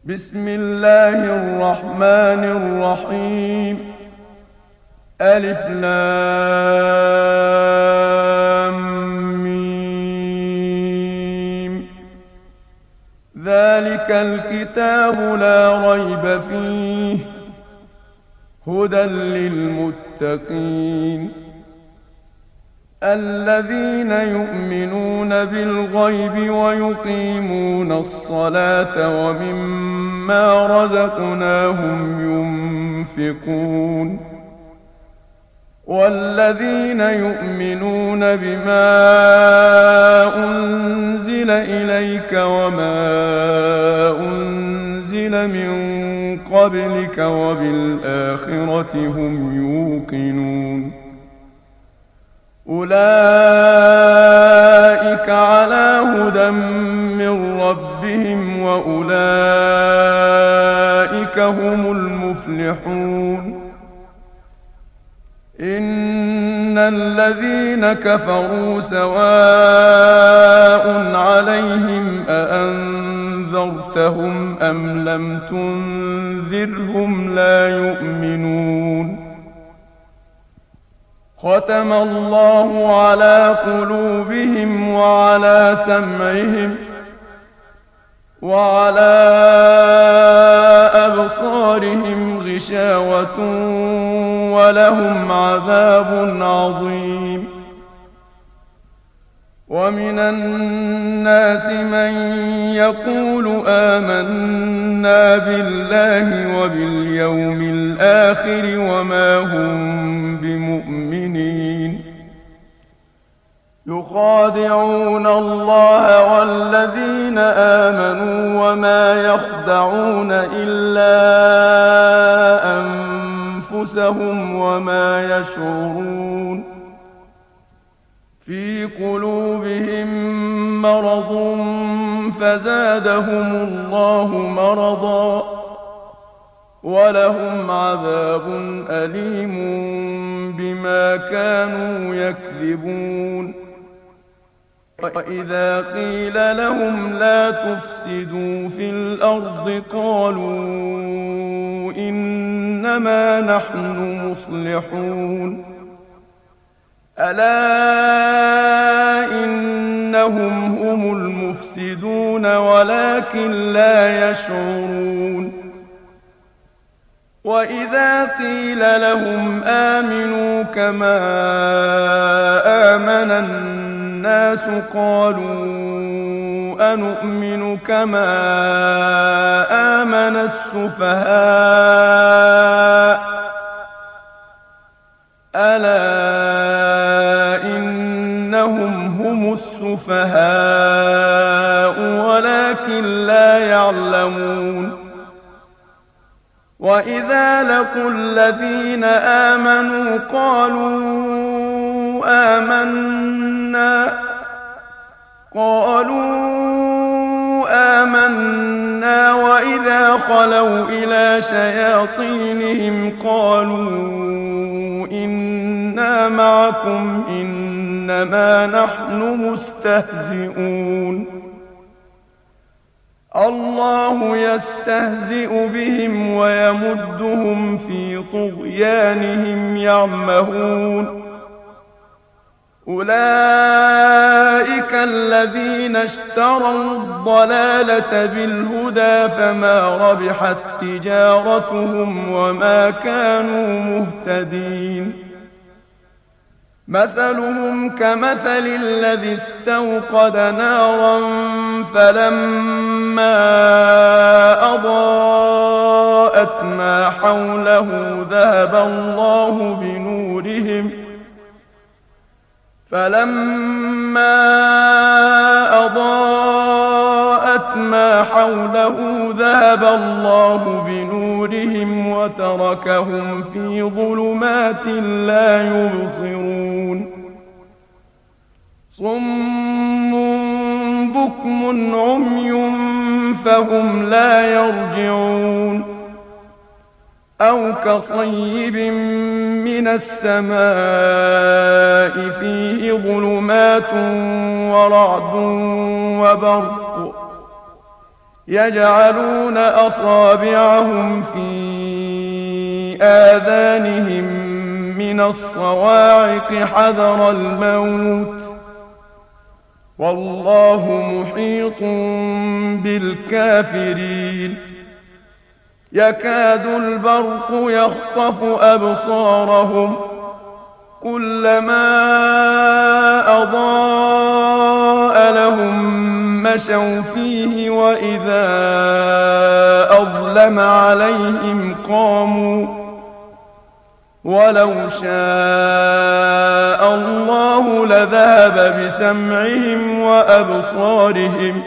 بسم الله الرحمن الرحيم. ألف لام ميم. ذلك الكتاب لا ريب فيه هدى للمتقين الذين يؤمنون بالغيب ويقيمون الصلاة ومما رزقناهم ينفقون والذين يؤمنون بما أنزل إليك وما أنزل من قبلك وبالآخرة هم يوقنون أولئك على هدى من ربهم وأولئك هم المفلحون إن الذين كفروا سواء عليهم أأنذرتهم أم لم تنذرهم لا يؤمنون ختم الله على قلوبهم وعلى سمعهم وعلى أبصارهم غشاوة ولهم عذاب عظيم ومن الناس من يقول آمنا بالله وباليوم الآخر وما هم بمؤمنين يخادعون الله والذين آمنوا وما يخدعون إلا أنفسهم وما يشعرون في قلوبهم مرض فزادهم الله مرضا ولهم عذاب أليم بما كانوا يكذبون وإذا قيل لهم لا تفسدوا في الأرض قالوا إنما نحن مصلحون ألا إنهم هم المفسدون ولكن لا يشعرون وإذا قيل لهم آمنوا كما آمن الناس قالوا أنؤمن كما آمن السفهاء ألا إنهم هم السفهاء ولكن لا يعلمون وإذا لقوا الذين آمنوا قالوا آمنا وإذا خلوا إلى شياطينهم قالوا إنا معكم إنما نحن مستهزئون الله يستهزئ بهم ويمدهم في طغيانهم يعمهون أولئك الذين اشتروا الضلالة بالهدى فما ربحت تجارتهم وما كانوا مهتدين مثلهم كمثل الذي استوقد نارا فلما أضاءت ما حوله ذهب الله بنورهم وتركهم في ظلمات لا يبصرون صم بكم عمي فهم لا يرجعون أو كصيب من السماء فيه ظلمات ورعد وبرق يجعلون أصابعهم في آذانهم من الصواعق حذر الموت والله محيط بالكافرين يكاد البرق يخطف أبصارهم كلما أضاء لهم مشوا فيه وإذا أظلم عليهم قاموا ولو شاء الله لذهب بسمعهم وأبصارهم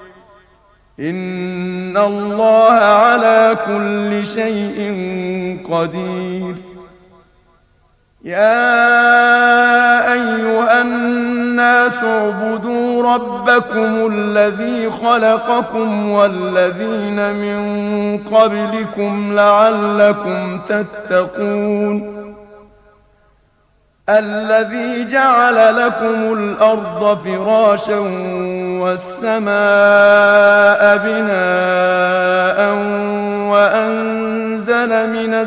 إن الله على كل شيء قدير يا أيها الناس اعبدوا ربكم الذي خلقكم والذين من قبلكم لعلكم تتقون الذي جعل لكم الأرض فراشا والسماء بناء وأنزل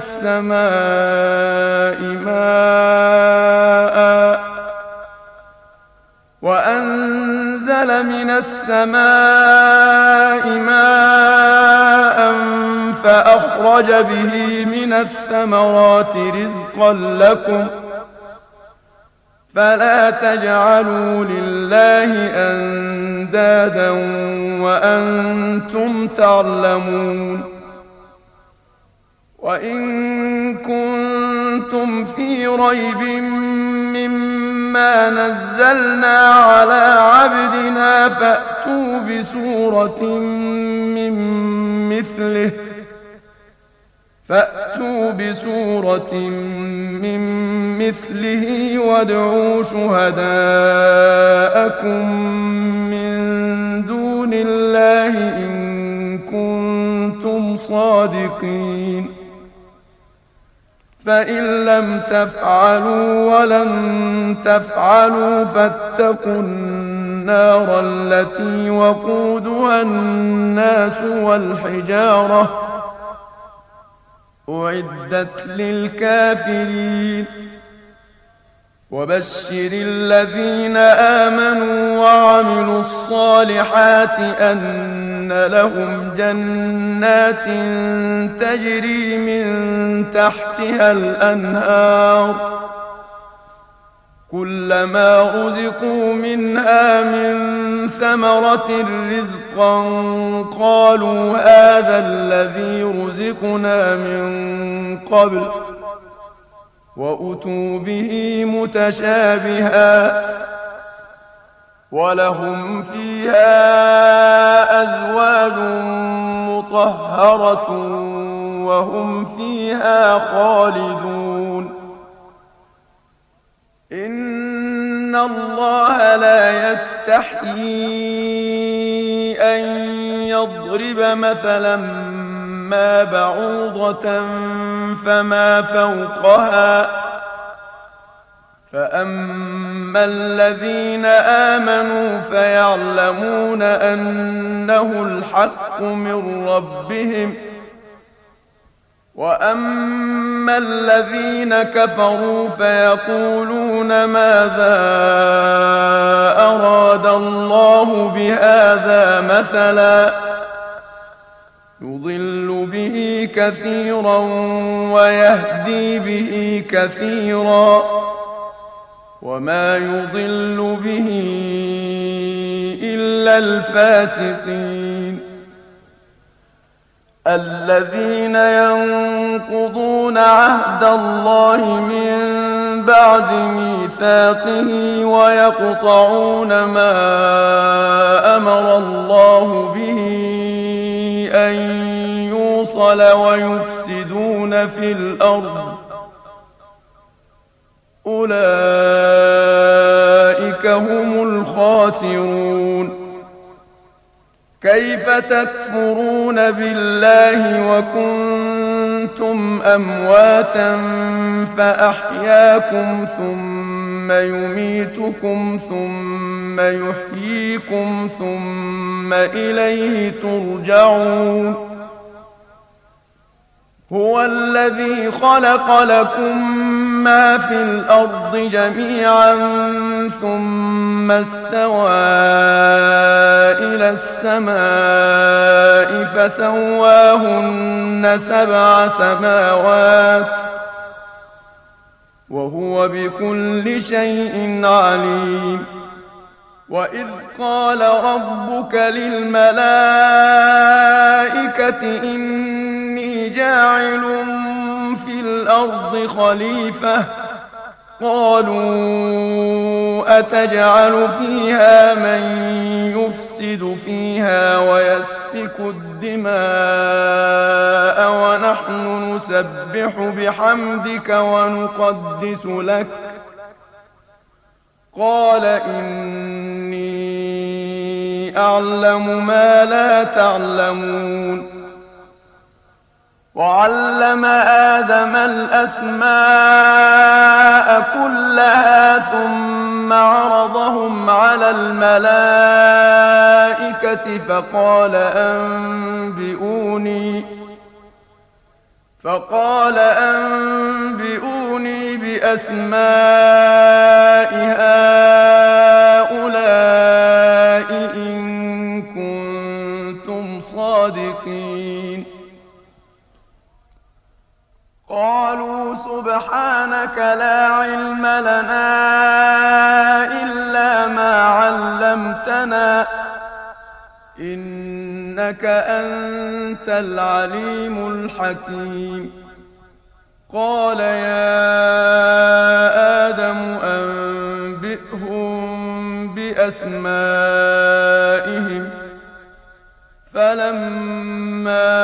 من السماء ماء فأخرج به من الثمرات رزقا لكم فلا تجعلوا لله أندادا وأنتم تعلمون وإن كنتم في ريب مما نزلنا على عبدنا فأتوا بسورة من مثله وادعوا شهداءكم من دون الله إن كنتم صادقين فإن لم تفعلوا ولن تفعلوا فاتقوا النار التي وقودها الناس والحجارة أعدت للكافرين وبشر الذين آمنوا وعملوا الصالحات أن لهم جنات تجري من تحتها الأنهار كلما رزقوا منها من ثمرة رزقا قالوا هذا الذي رزقنا من قبل وأتوا به متشابها ولهم فيها أزواج مطهرة وهم فيها خالدون إن الله لا يستحيي أن يضرب مثلا ما بعوضة فما فوقها فأما الذين آمنوا فيعلمون أنه الحق من ربهم وأما الذين كفروا فيقولون ماذا أراد الله بهذا مثلا يضل به كثيرا ويهدي به كثيرا وما يضل به إلا الفاسقين الذين ينقضون عهد الله من بعد ميثاقه ويقطعون ما أمر الله به أن يوصل ويفسدون في الأرض أولئك هم الخاسرون كيف تكفرون بالله وكنتم أمواتا فأحياكم ثم يميتكم ثم ثم يحييكم ثم إليه ترجعون هو الذي خلق لكم ما في الأرض جميعا ثم استوى إلى السماء فسواهن 7 سماوات وهو بكل شيء عليم وإذ قال ربك للملائكة إني جاعل في الأرض خليفة قالوا أتجعل فيها من يفسد فيها ويسفك الدماء ونحن نسبح بحمدك ونقدس لك قال إني أعلم ما لا تعلمون وعلم آدم الأسماء كلها ثم عرضهم على الملائكة فقال أنبئوني بأسماء هؤلاء إن كنتم صادقين قالوا سبحانك لا علم لنا إلا ما علمتنا إنك أنت العليم الحكيم قال يا آدم أنبئهم بأسمائهم فلما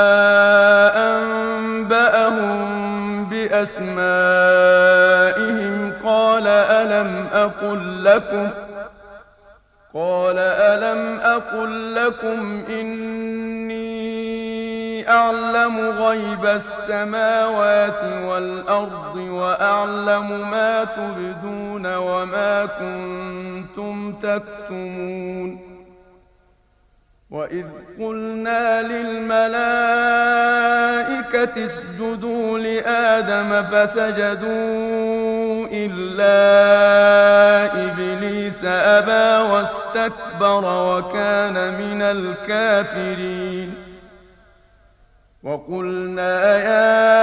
أنبأهم بأسمائهم قال ألم أقل لكم إني أعلم غيب السماوات والأرض وأعلم ما تبدون وما كنتم تكتمون وإذ قلنا للملائكة اسجدوا لآدم فسجدوا إلا إبليس أبى واستكبر وكان من الكافرين وقلنا يا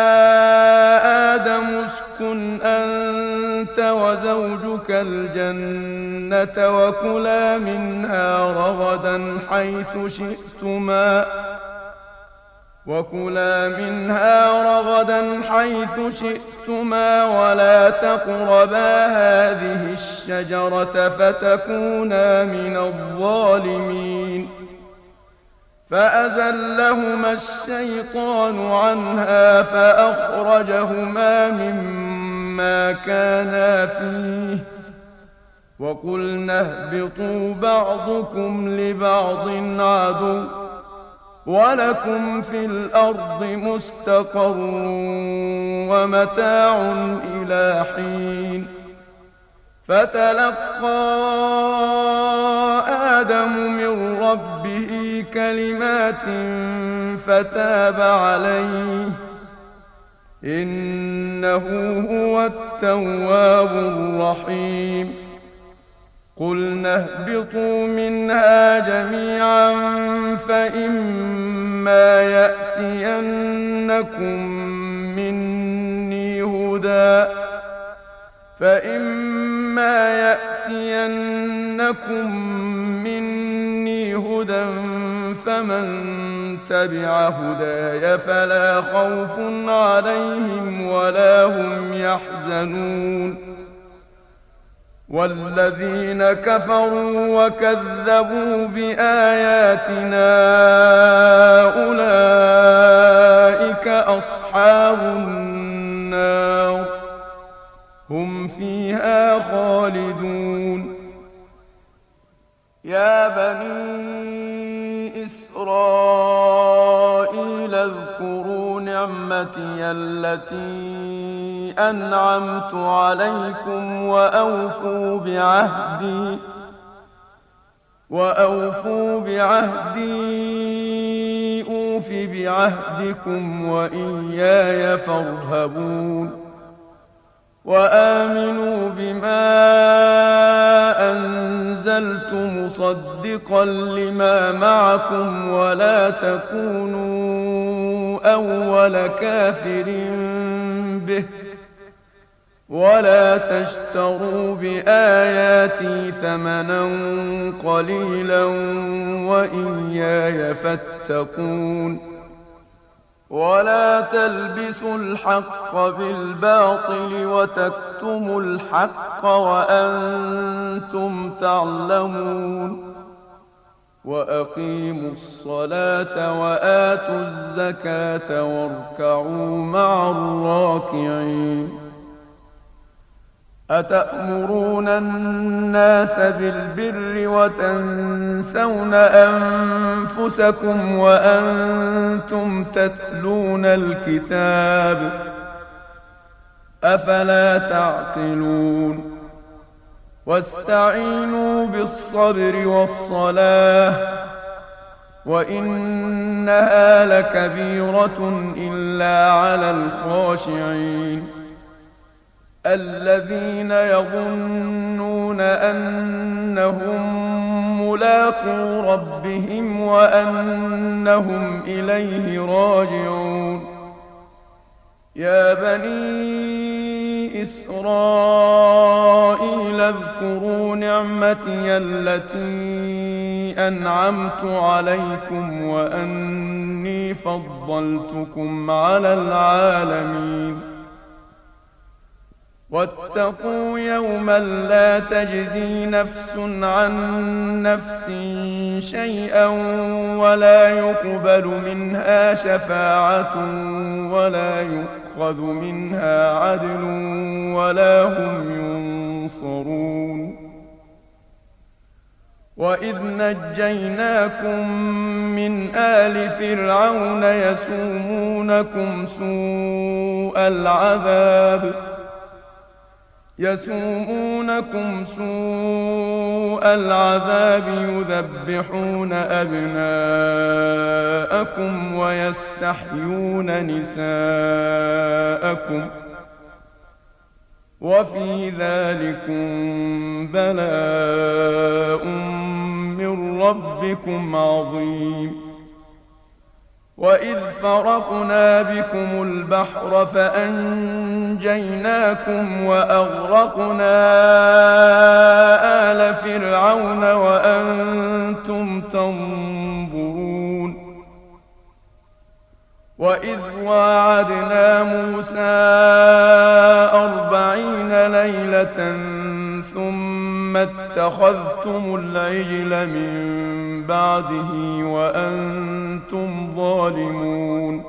آدم اسكن أنت وزوجك الجنة وكلا منها رغدا حيث شئتما ولا تقربا هذه الشجرة فتكونا من الظالمين فأزلهما الشيطان عنها فأخرجهما مما كانا فيه وقلنا اهبطوا بعضكم لبعض عدو ولكم في الأرض مستقر ومتاع إلى حين فتلقى آدم من ربه كلمات فتاب عليه إنه هو التواب الرحيم قلنا اهبطوا منها جميعا فإما يأتينكم مني هدى فمن تبع هداي فلا خوف عليهم ولا هم يحزنون والذين كفروا وكذبوا بآياتنا أولئك أصحاب النار هم فيها خالدون يا بني إسرائيل اذكروا نعمتي التي أنعمت عليكم وأوفوا بعهدي وأوفوا بعهدي أوف بعهدكم وإياي فارهبون وآمنوا بما أنزلت مصدقا لما معكم ولا تكونوا أول كافر به ولا تشتروا بآياتي ثمنا قليلا وإياي فاتقون ولا تلبسوا الحق بالباطل وتكتموا الحق وأنتم تعلمون وأقيموا الصلاة وآتوا الزكاة واركعوا مع الراكعين أتأمرون الناس بالبر وتنسون أنفسكم وأنتم تتلون الكتاب أفلا تعقلون واستعينوا بالصبر والصلاة وإنها لكبيرة إلا على الخاشعين الذين يظنون أنهم ملاقو ربهم وأنهم إليه راجعون يا بني إسرائيل اذكروا نعمتي التي أنعمت عليكم وأني فضلتكم على العالمين واتقوا يوما لا تجزي نفس عن نفس شيئا ولا يقبل منها شفاعة ولا يؤخذ منها عدل ولا هم ينصرون وإذ نجيناكم من آل فرعون يسومونكم سوء العذاب يذبحون أبناءكم ويستحيون نساءكم وفي ذلكم بلاء من ربكم عظيم وإذ فرقنا بكم البحر فأنجيناكم وأغرقنا آل فرعون وأنتم تنظرون وإذ واعدنا موسى 40 ليلة ثم اتخذتم العجل من بعده وأنتم ظالمون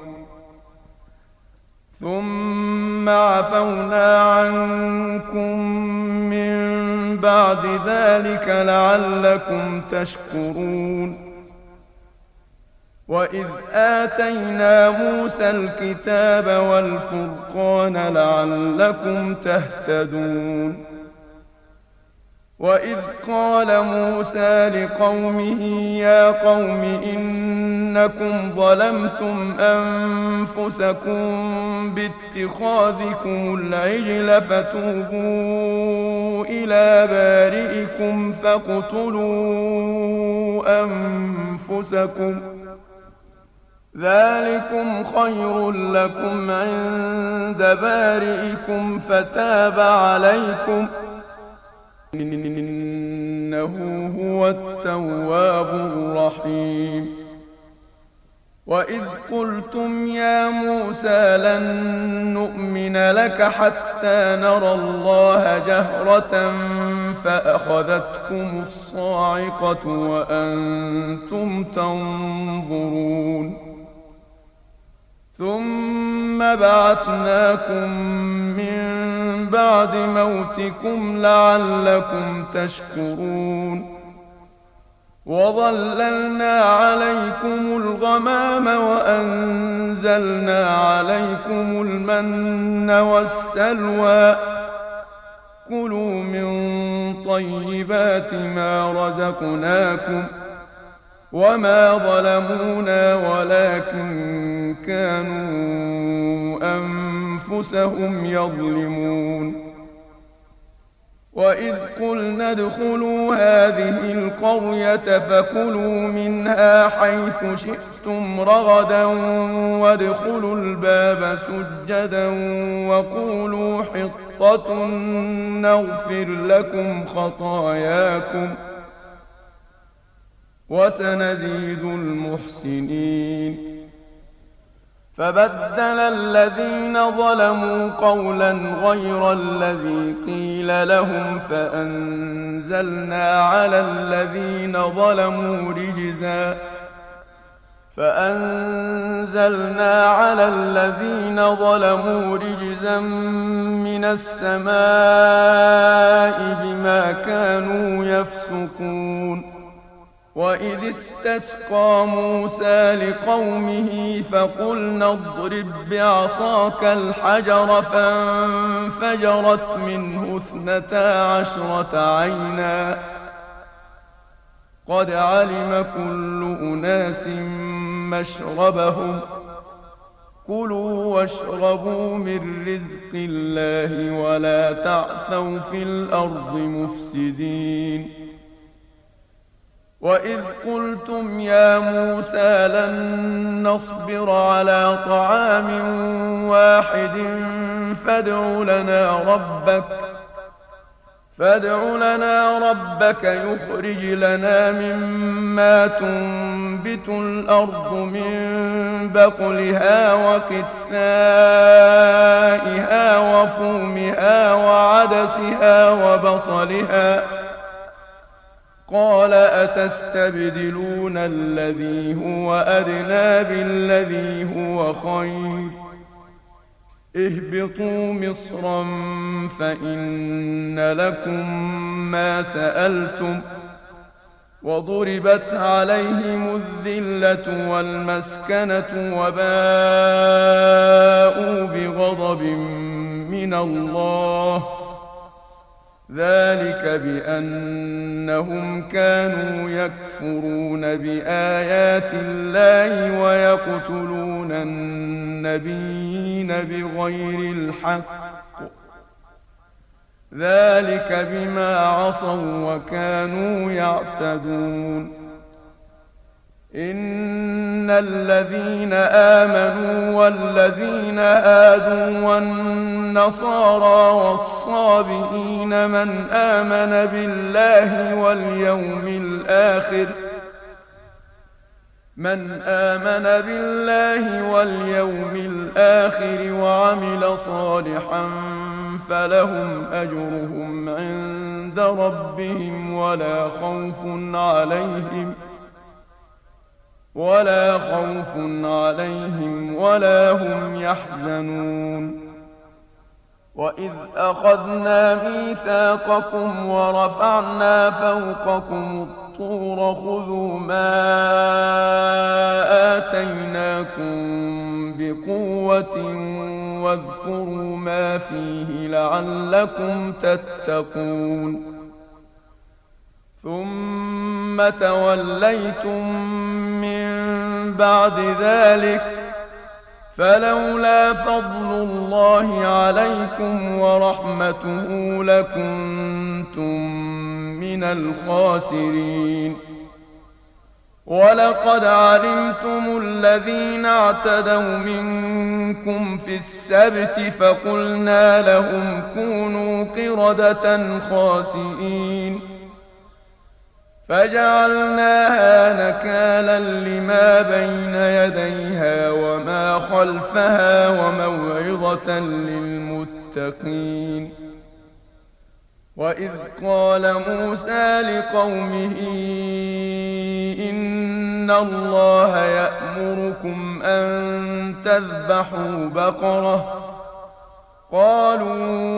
ثم عفونا عنكم من بعد ذلك لعلكم تشكرون وإذ آتينا موسى الكتاب والفرقان لعلكم تهتدون وإذ قال موسى لقومه يا قوم إنكم ظلمتم أنفسكم باتخاذكم العجل فتوبوا إلى بارئكم فاقتلوا أنفسكم ذلكم خير لكم عند بارئكم فتاب عليكم إنه هو التواب الرحيم وإذ قلتم يا موسى لن نؤمن لك حتى نرى الله جهرة فأخذتكم الصاعقة وأنتم تنظرون ثم بعثناكم من بعد موتكم لعلكم تشكرون وظللنا عليكم الغمام وأنزلنا عليكم المن والسلوى كلوا من طيبات ما رزقناكم وما ظلمونا ولكن كانوا أنفسهم يظلمون وإذ قلنا ادخلوا هذه القرية فكلوا منها حيث شئتم رغدا وادخلوا الباب سجدا وقولوا حطة نغفر لكم خطاياكم وسنزيد المحسنين فبدل الذين ظلموا قولا غير الذي قيل لهم فأنزلنا على الذين ظلموا رجزا من السماء بما كانوا يفسقون وإذ استسقى موسى لقومه فقلنا اضرب بعصاك الحجر فانفجرت منه 12 عينا قد علم كل أناس مشربهم كلوا واشربوا من رزق الله ولا تعثوا في الأرض مفسدين وإذ قلتم يا موسى لن نصبر على طعام واحد فادع لنا ربك يخرج لنا مما تنبت الأرض من بقلها وقثائها وفومها وعدسها وبصلها قال أتستبدلون الذي هو أدنى بالذي هو خير اهبطوا مصرا فإن لكم ما سألتم وضربت عليهم الذلة والمسكنة وباءوا بغضب من الله ذلك بأنهم كانوا يكفرون بآيات الله ويقتلون النبيين بغير الحق ذلك بما عصوا وكانوا يعتدون إن الذين آمنوا والذين هادوا والنصارى والصابئين من آمن بالله واليوم الآخر وعمل صالحا فلهم أجرهم عند ربهم ولا خوف عليهم ولا هم يحزنون وإذ أخذنا ميثاقكم ورفعنا فوقكم الطور خذوا ما آتيناكم بقوة واذكروا ما فيه لعلكم تتقون ثم توليتم من بعد ذلك فلولا فضل الله عليكم ورحمته لكنتم من الخاسرين ولقد علمتم الذين اعتدوا منكم في السبت فقلنا لهم كونوا قردة خاسئين فجعلناها نكالا لما بين يديها وما خلفها وموعظة للمتقين وإذ قال موسى لقومه إن الله يأمركم أن تذبحوا بقرة قالوا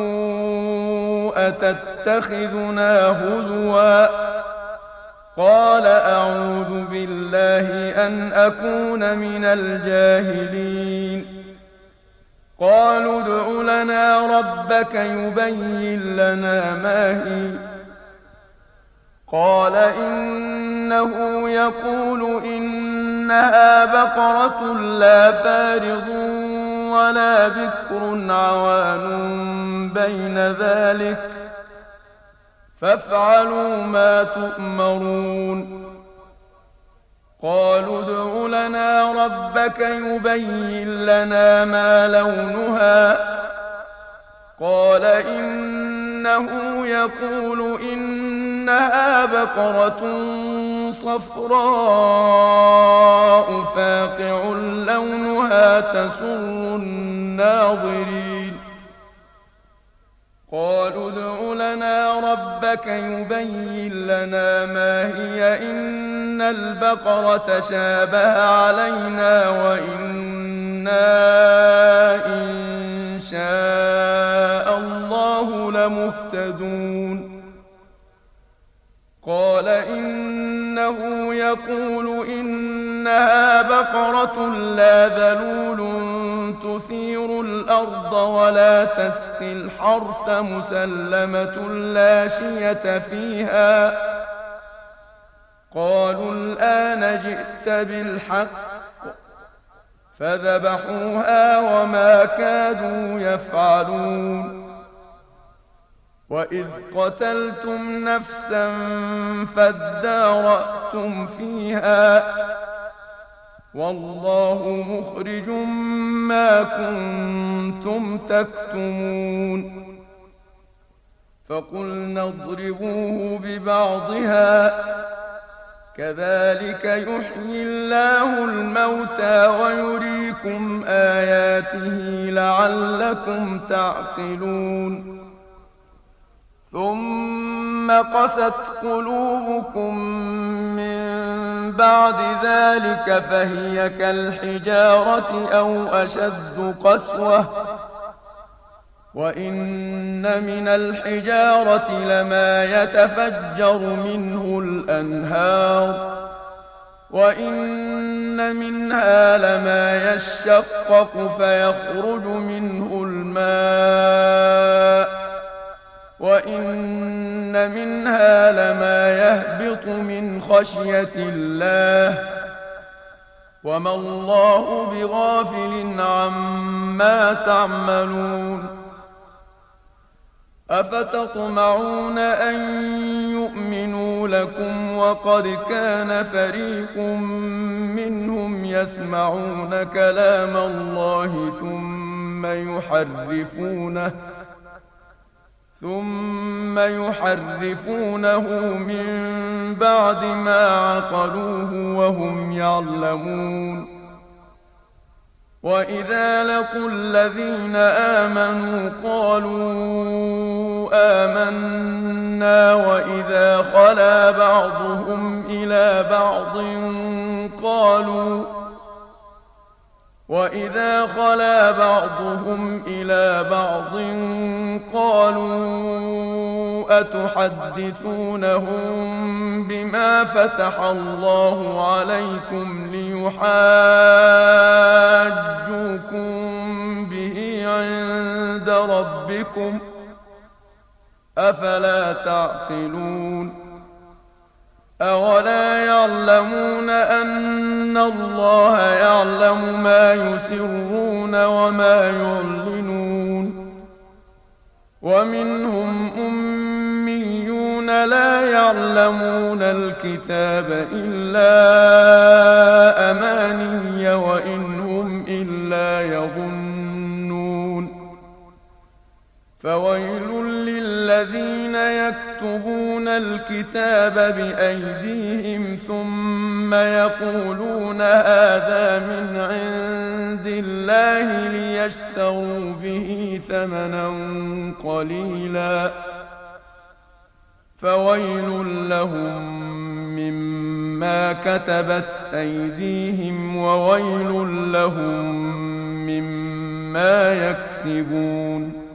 أتتخذنا هزوا قال أعوذ بالله أن أكون من الجاهلين قالوا ادع لنا ربك يبين لنا ما هي قال إنه يقول إنها بقرة لا فارض ولا بكر عوان بين ذلك فافعلوا ما تؤمرون قالوا ادع لنا ربك يبين لنا ما لونها قال إنه يقول إنها بقرة صفراء فاقع لونها تسر الناظرين قالوا ادع لنا ربك يبين لنا ما هي إن البقرة شابه علينا وإنا إن شاء الله لمهتدون قال إنه يقول إنها بقرة لا ذلول تثير الأرض ولا تسقي الحرث مسلمة لا شية فيها قالوا الآن جئت بالحق فذبحوها وما كادوا يفعلون وإذ قتلتم نفسا فادارأتم فيها والله مخرج ما كنتم تكتمون فقلنا اضربوه ببعضها كذلك يحيي الله الموتى ويريكم آياته لعلكم تعقلون ثم قست قلوبكم من بعد ذلك فهي كالحجارة أو أشد قسوة وإن من الحجارة لما يتفجر منه الأنهار وإن منها لما يشقق فيخرج منه الماء وإن منها لما يهبط من خشية الله وما الله بغافل عما تعملون أفتطمعون أن يؤمنوا لكم وقد كان فريق منهم يسمعون كلام الله ثم يحرفونه من بعد ما عقلوه وهم يعلمون وإذا لقوا الذين آمنوا قالوا آمنا وإذا خلا بعضهم إلى بعض قالوا أتحدثونهم بما فتح الله عليكم ليحاجوكم به عند ربكم أفلا تعقلون أولا يعلمون أن الله يعلم ما يسرون وما يعلنون ومنهم أميون لا يعلمون الكتاب إلا أماني وإن هم إلا يظنون فويل للذين يكتبون الكتاب بأيديهم ثم يقولون هذا من عند الله ليشتروا به ثمنا قليلا فويل لهم مما كتبت أيديهم وويل لهم مما يكسبون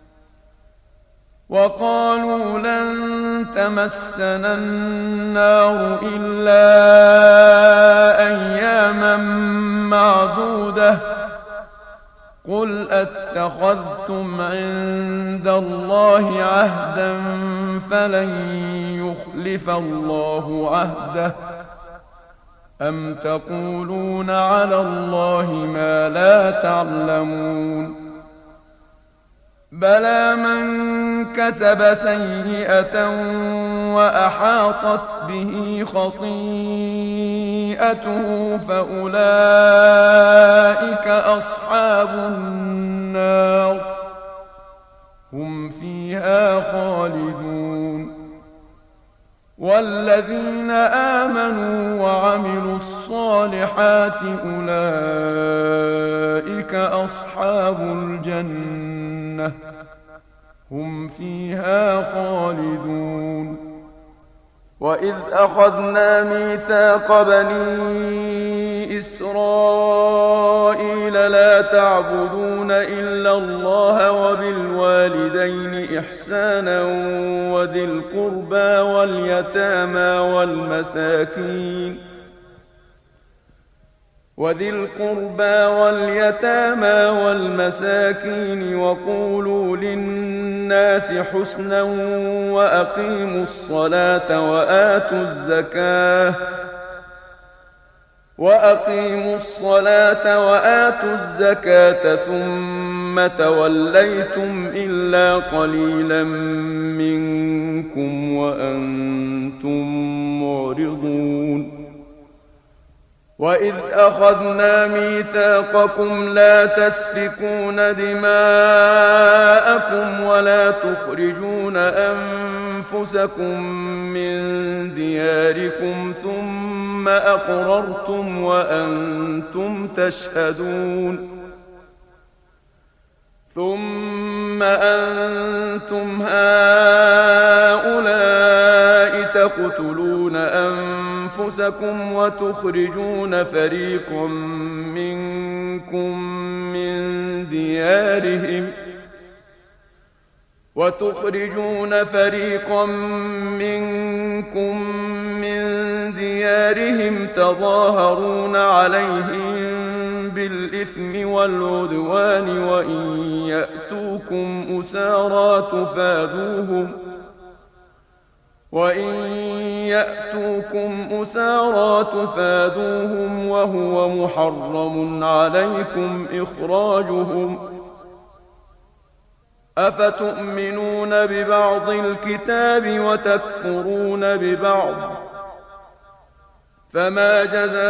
وقالوا لن تمسنا النار إلا أياما معدودة قل أتخذتم عند الله عهدا فلن يخلف الله عهده أم تقولون على الله ما لا تعلمون بلى من كسب سيئة وأحاطت به خطيئته فأولئك أصحاب النار هم فيها خالدون والذين آمنوا وعملوا الصالحات أولئك أصحاب الجنة هم فيها خالدون وإذ أخذنا ميثاق بني إسرائيل لا تعبدون إلا الله وبالوالدين إحسانا وذي القربى واليتامى والمساكين وقولوا للناس حسنا وأقيموا الصلاة وآتوا الزكاة ثم توليتم إلا قليلا منكم وأنتم معرضون وإذ أخذنا ميثاقكم لا تسفكون دماءكم ولا تخرجون أنفسكم من دياركم ثم أقررتم وأنتم تشهدون ثم أنتم هؤلاء تقتلون أنفسكم وتخرجون فريقا منكم من ديارهم تظاهرون عليهم بالإثم والعدوان وإن يأتوكم أسارى تفادوهم وهو محرم عليكم إخراجهم أفتؤمنون ببعض الكتاب وتكفرون ببعض فما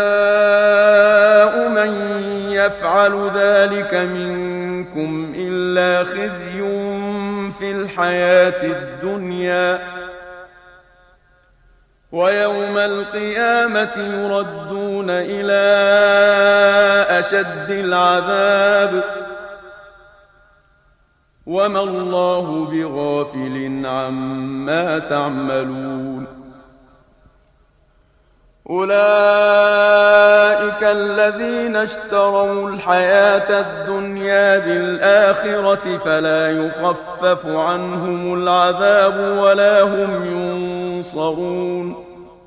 جزاء من يفعل ذلك منكم إلا خزي في الحياة الدنيا ويوم القيامة يردون إلى أشد العذاب وما الله بغافل عما تعملون أولئك الذين اشتروا الحياة الدنيا بالآخرة فلا يخفف عنهم العذاب ولا هم ينصرون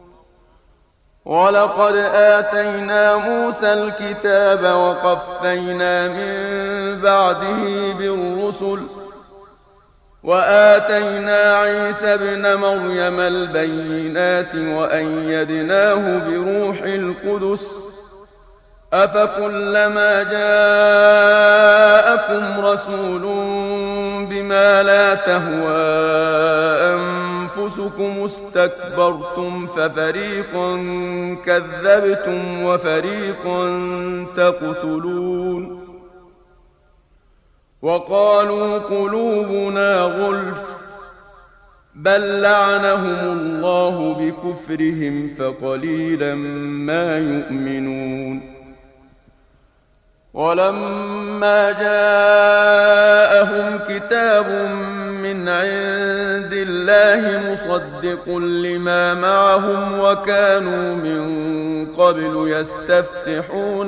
ولقد آتينا موسى الكتاب وقفينا من بعده بالرسل وآتينا عيسى ابن مريم البينات وأيدناه بروح القدس أفكلما جاءكم رسول بما لا تهوى أنفسكم استكبرتم ففريقا كذبتم وفريقا تقتلون وقالوا قلوبنا غلف بل لعنهم الله بكفرهم فقليلا ما يؤمنون ولما جاءهم كتاب من عند الله مصدق لما معهم وكانوا من قبل يستفتحون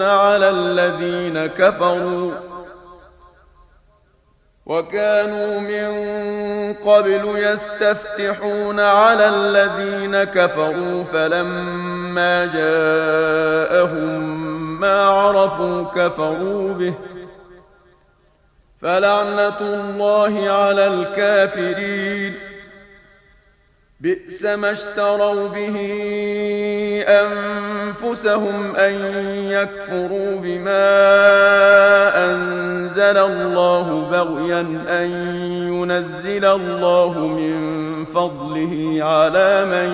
على الذين كفروا فلما جاءهم ما عرفوا كفروا به فلعنة الله على الكافرين. بئس ما اشتروا به أنفسهم أن يكفروا بما أنزل الله بغيا أن ينزل الله من فضله على من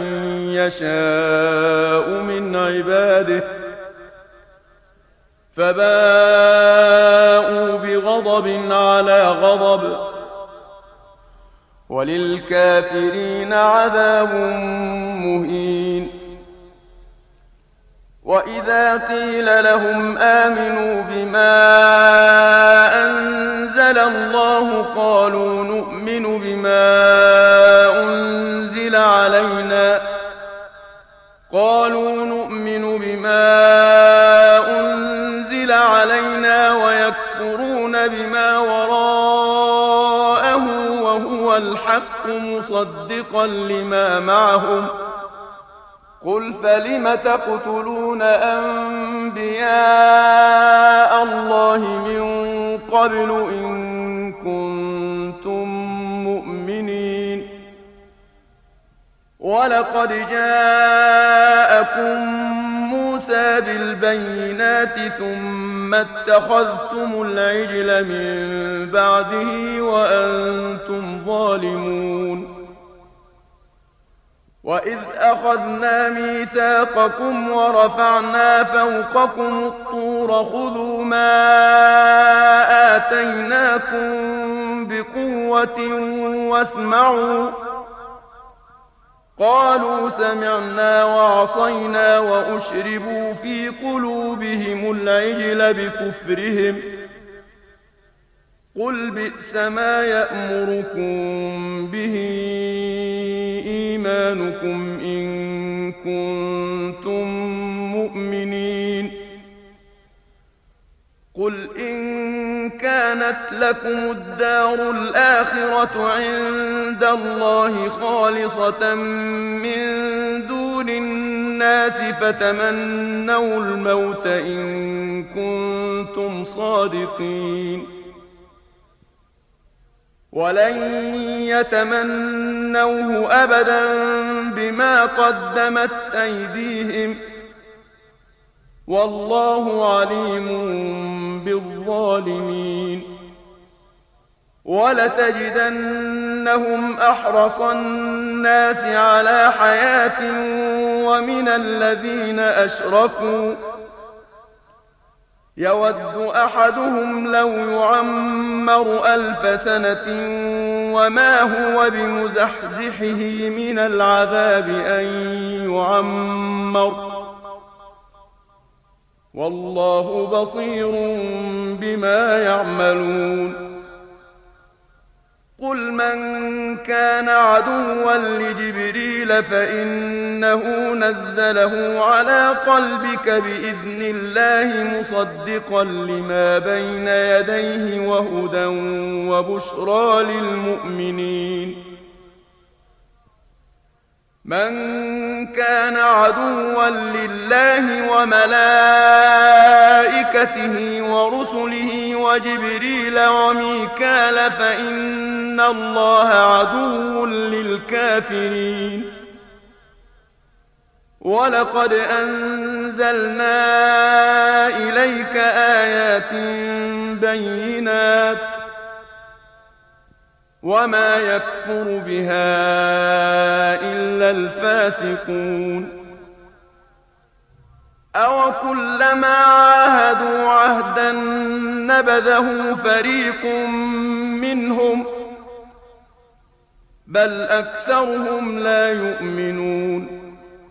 يشاء من عباده، فباءوا بغضب على غضب، وللكافرين عذاب مهين. وإذا قيل لهم آمنوا بما أنزل الله قالوا نؤمن بما أنزل علينا ويكفرون بما وراءه وهو الحق مصدقا لما معهم. قل فلم تقتلون أنبياء الله من قبل إن كنتم مؤمنين؟ ولقد جاءكم موسى بالبينات ثم اتخذتم العجل من بعده وأنتم ظالمون. وإذ أخذنا ميثاقكم ورفعنا فوقكم الطور خذوا ما آتيناكم بقوة واسمعوا. قالوا سمعنا وعصينا وأشربوا في قلوبهم العجل بكفرهم. قل بئس ما يأمركم به إيمانكم إن كنتم مؤمنين. قل إن كانت لكم الدار الآخرة عند الله خالصة من دون الناس فتمنوا الموت إن كنتم صادقين. ولن يتمنوه أبدا بما قدمت أيديهم والله عليم بالظالمين. ولتجدنهم أحرص الناس على حياة ومن الذين أشركوا يود أحدهم لو يعمر 1000 سنة وما هو بمزحزحه من العذاب أن يعمر والله بصير بما يعملون. قل من كان عدوا لجبريل فإنه نزله على قلبك بإذن الله مصدقا لما بين يديه وهدى وبشرى للمؤمنين. من كان عدوا لله وملائكته ورسله وجبريل وميكال فإن الله عدو للكافرين. ولقد أنزلنا إليك آيات بينات وما يكفر بها إلا الفاسقون. أوكلما عاهدوا عهدا نبذه فريق منهم بل أكثرهم لا يؤمنون.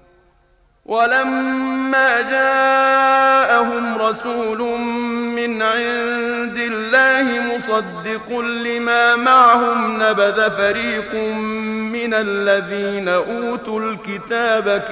ولما جاءهم رسول من عند الله مصدق لما معهم نبذ فريق من الذين أوتوا الكتاب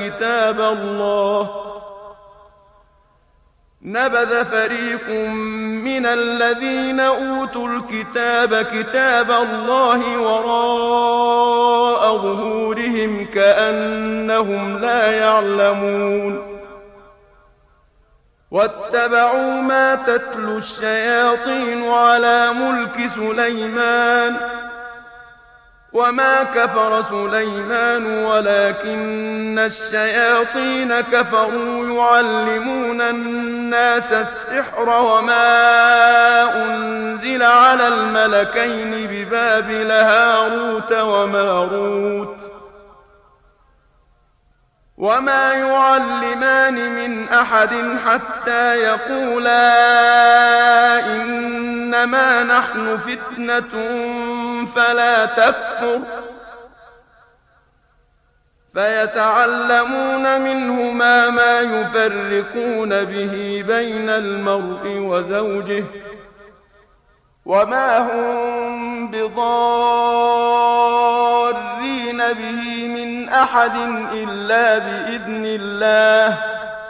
كتاب الله وراء ظهورهم كأنهم لا يعلمون. واتبعوا ما تتلو الشياطين على ملك سليمان وما كفر سليمان ولكن الشياطين كفروا يعلمون الناس السحر وما أنزل على الملكين ببابل هاروت وماروت وما يعلمان من أحد حتى يقولا إنما نحن فتنة فلا تكفر فيتعلمون منهما ما يفرقون به بين المرء وزوجه وما هم بضارين به من أحد إلا بإذن الله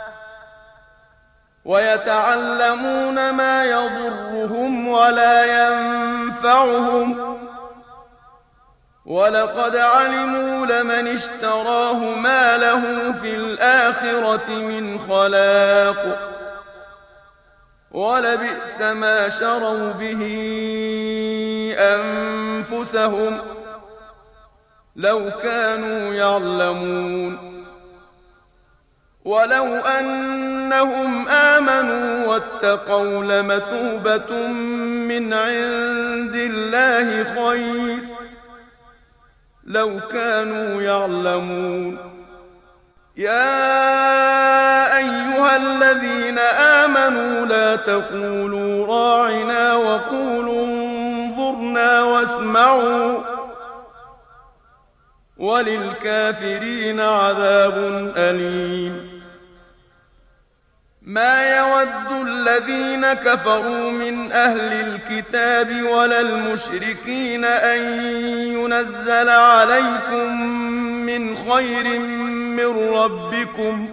ويتعلمون ما يضرهم ولا ينفعهم ولقد علموا لمن اشتراه ما له في الآخرة من خلاق ولبئس ما شروا به أنفسهم لو كانوا يعلمون ولو أنهم آمنوا واتقوا لمثوبة من عند الله خير لو كانوا يعلمون يا أيها الذين آمنوا لا تقولوا راعنا وقولوا انظرنا واسمعوا وللكافرين عذاب أليم ما يود الذين كفروا من أهل الكتاب ولا المشركين أن ينزل عليكم من خير من ربكم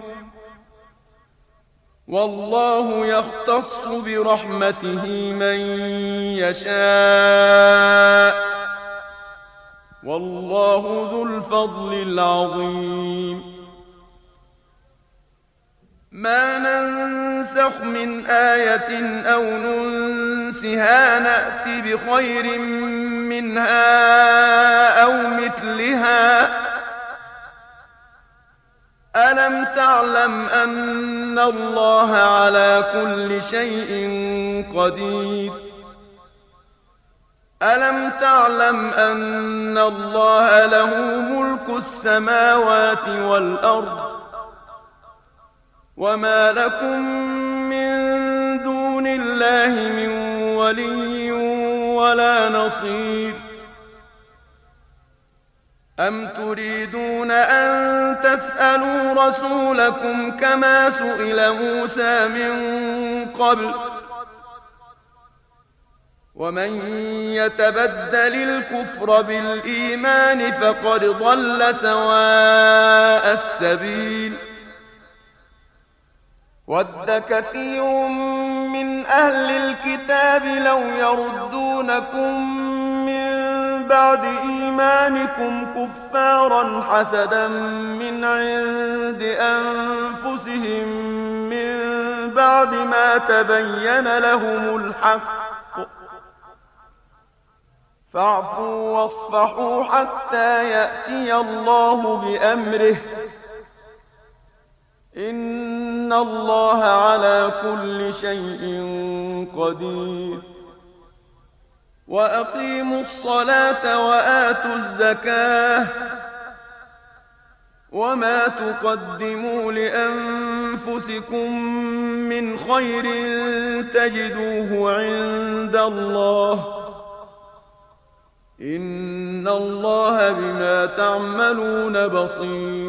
والله يختص برحمته من يشاء والله ذو الفضل العظيم ما ننسخ من آية أو ننسها نأت بخير منها أو مثلها ألم تعلم أن الله على كل شيء قدير ألم تعلم أن الله له ملك السماوات والأرض وما لكم من دون الله من ولي ولا نصير أم تريدون أن تسألوا رسولكم كما سئل موسى من قبل ومن يتبدل الكفر بالإيمان فقد ضل سواء السبيل ود كثير من أهل الكتاب لو يردونكم من بعد إيمانكم كفارا حسدا من عند أنفسهم من بعد ما تبين لهم الحق فاعفوا واصفحوا حتى يأتي الله بأمره إن الله على كل شيء قدير وأقيموا الصلاة وآتوا الزكاة وما تقدموا لأنفسكم من خير تجدوه عند الله إن الله بما تعملون بصير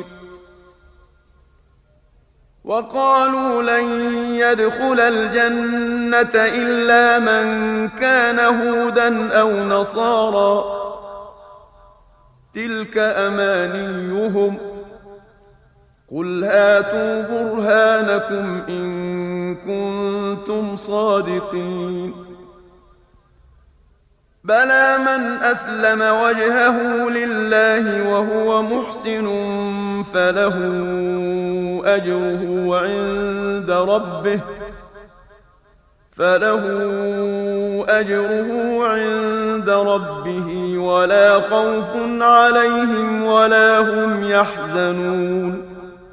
وقالوا لن يدخل الجنة إلا من كان هودا أو نصارى تلك أمانيهم قل هاتوا برهانكم إن كنتم صادقين بلى من أسلم وجهه لله وهو محسن فله أجره عند ربه فله أجره عند ربه ولا خوف عليهم ولا هم يحزنون.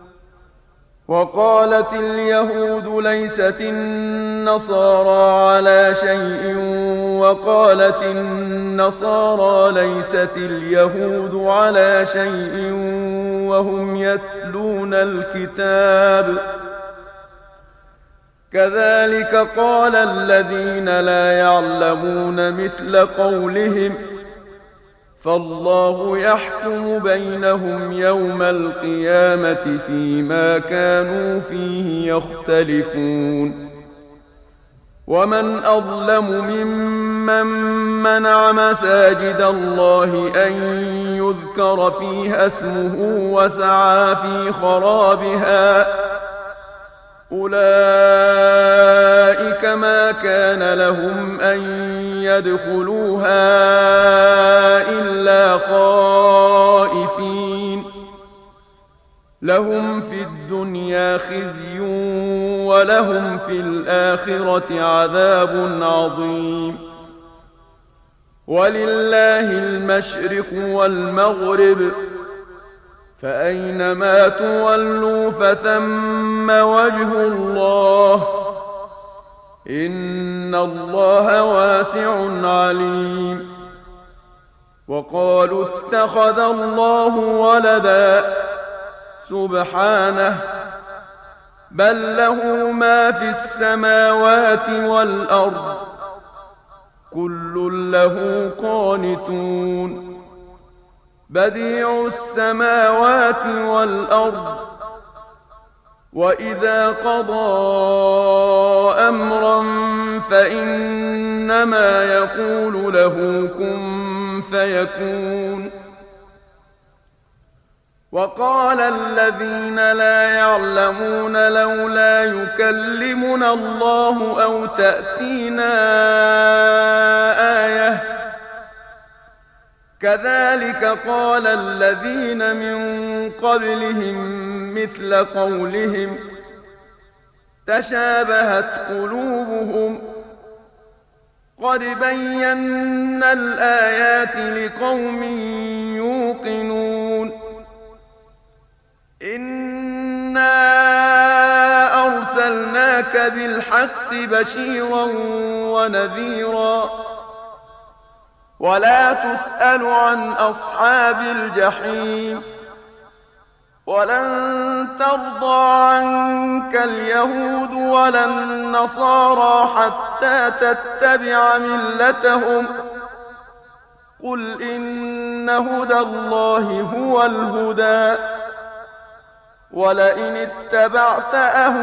وقالت اليهود ليست النصارى على شيء وقالت النصارى ليست اليهود على شيء وهم يتلون الكتاب. كذلك قال الذين لا يعلمون مثل قولهم فالله يحكم بينهم يوم القيامة فيما كانوا فيه يختلفون. ومن أظلم ممن منع مساجد الله أن يذكر فيها اسمه وسعى في خرابها أولئك ما كان لهم أن يدخلوها إلا خائفين لهم في الدنيا خزي ولهم في الآخرة عذاب عظيم. ولله المشرق والمغرب فأينما تولوا فثم وجه الله إن الله واسع عليم. وقالوا اتخذ الله ولدا سبحانه بل له ما في السماوات والأرض كل له قانتون. بديع السماوات والأرض وإذا قضى أمرا فإنما يقول له كن فيكون. وقال الذين لا يعلمون لولا يكلمنا الله أو تأتينا آية كذلك قال الذين من قبلهم مثل قولهم تشابهت قلوبهم قد بينا الآيات لقوم يوقنون. إنا أرسلناك بالحق بشيرا ونذيرا ولا تسأل عن أصحاب الجحيم. ولن ترضى عنك اليهود ولا النصارى حتى تتبع ملتهم قل إن هدى الله هو الهدى ولئن اتبعت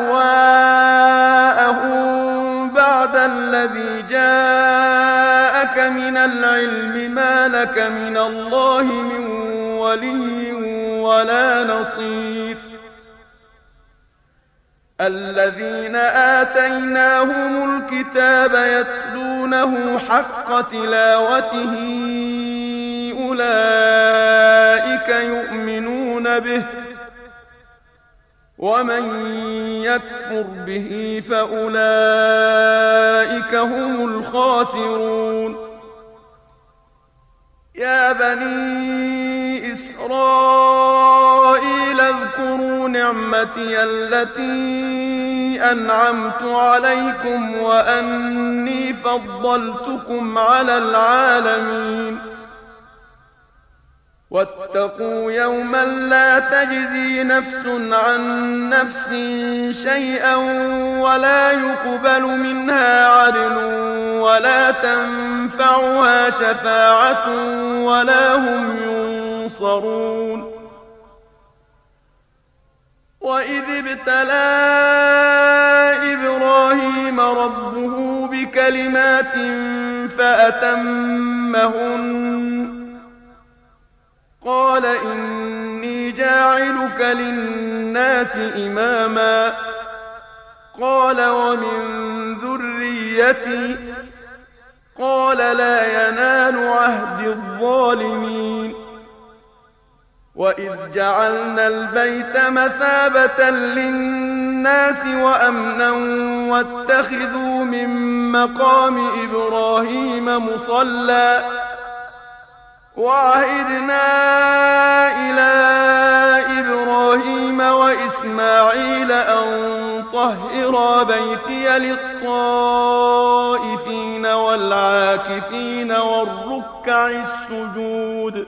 أهواءهم بعد الذي جاءك من العلم ما لك من الله من ولي ولا نصير. الذين آتيناهم الكتاب يتلونه حق تلاوته أولئك يؤمنون به ومن يكفر به فأولئك هم الخاسرون. يا بني إسرائيل اذكروا نعمتي التي أنعمت عليكم وأني فضلتكم على العالمين. واتقوا يوما لا تجزي نفس عن نفس شيئا ولا يقبل منها عدل ولا تنفعها شفاعة ولا هم ينصرون. وإذ ابتلى إبراهيم ربه بكلمات فأتمهن قال إني جاعلك للناس إماما قال ومن ذريتي قال لا ينال عهد الظالمين. وإذ جعلنا البيت مثابة للناس للناس وأمنا واتخذوا من مقام إبراهيم مصلى وعهدنا إلى إبراهيم وإسماعيل أن طهرا بيتي للطائفين والعاكفين والركع السجود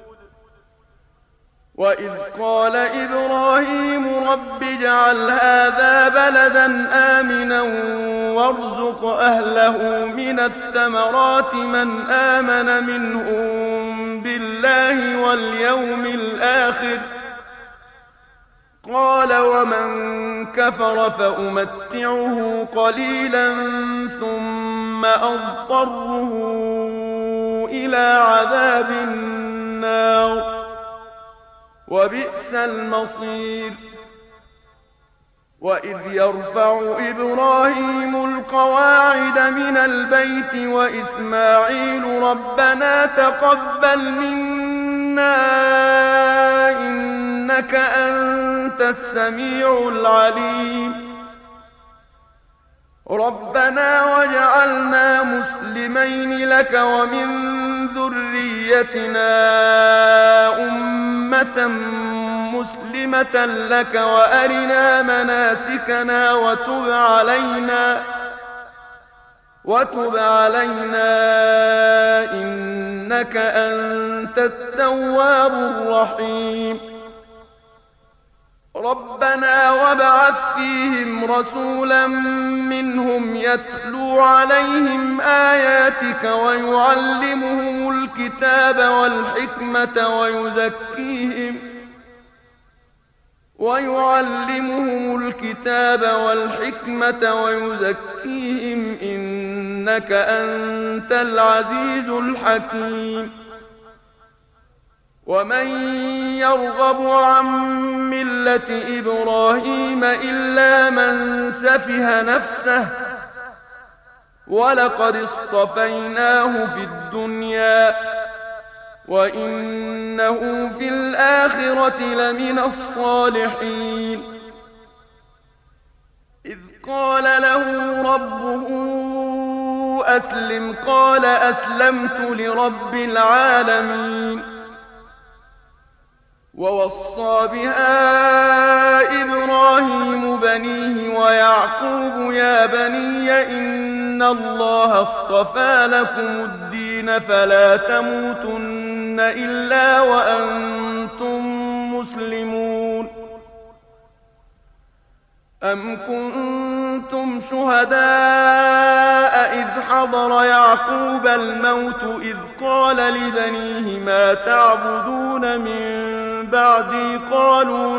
وإذ قال إبراهيم رب اجعل هذا بلدا آمنا وارزق أهله من الثمرات من آمن منهم بالله واليوم الآخر قال ومن كفر فأمتعه قليلا ثم أضطره إلى عذاب النار وبئس المصير وإذ يرفع إبراهيم القواعد من البيت وإسماعيل ربنا تقبل منا إنك أنت السميع العليم ربنا واجعلنا مسلمين لك ومن ذريتنا أمة مسلمة لك وأرنا مناسكنا وتب علينا إنك أنت التواب الرحيم ربنا وابعث فيهم رسولا منهم يتلو عليهم آياتك ويعلمهم الكتاب والحكمة ويزكيهم إنك أنت العزيز الحكيم ومن يرغب عن ملة إبراهيم إلا من سفه نفسه ولقد اصطفيناه في الدنيا وإنه في الآخرة لمن الصالحين إذ قال له ربه أسلم قال أسلمت لرب العالمين ووصى بها إبراهيم بنيه ويعقوب يا بني إن الله اصطفى لكم الدين فلا تموتن إلا وأنتم مسلمون أم كنتم شهداء إذ حضر يعقوب الموت إذ قال لبنيه ما تعبدون من بعدي قالوا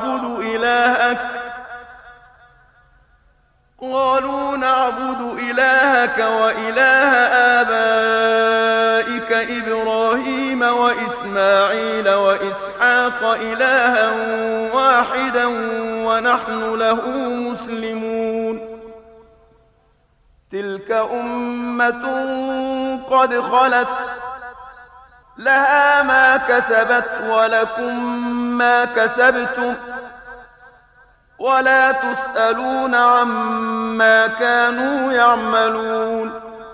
نعبد إلهك وإله آبائك إبراهيم وإسماعيل وإسحاق إلها واحدا ونحن له مسلمون تلك أمة قد خلت لها ما كسبت ولكم ما كسبتم ولا تسألون عما كانوا يعملون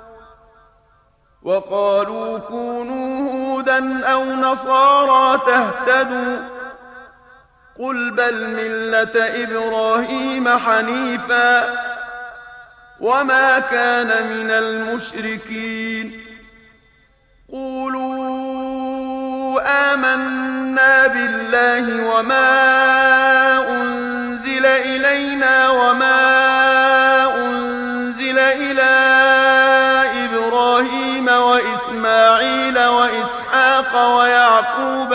وقالوا كونوا هودا أو نصارى تهتدوا قل بل ملة إبراهيم حنيفا وما كان من المشركين قولوا آمنا بالله وما أنزل إلينا وما أنزل إلى إبراهيم وإسماعيل وإسحاق ويعقوب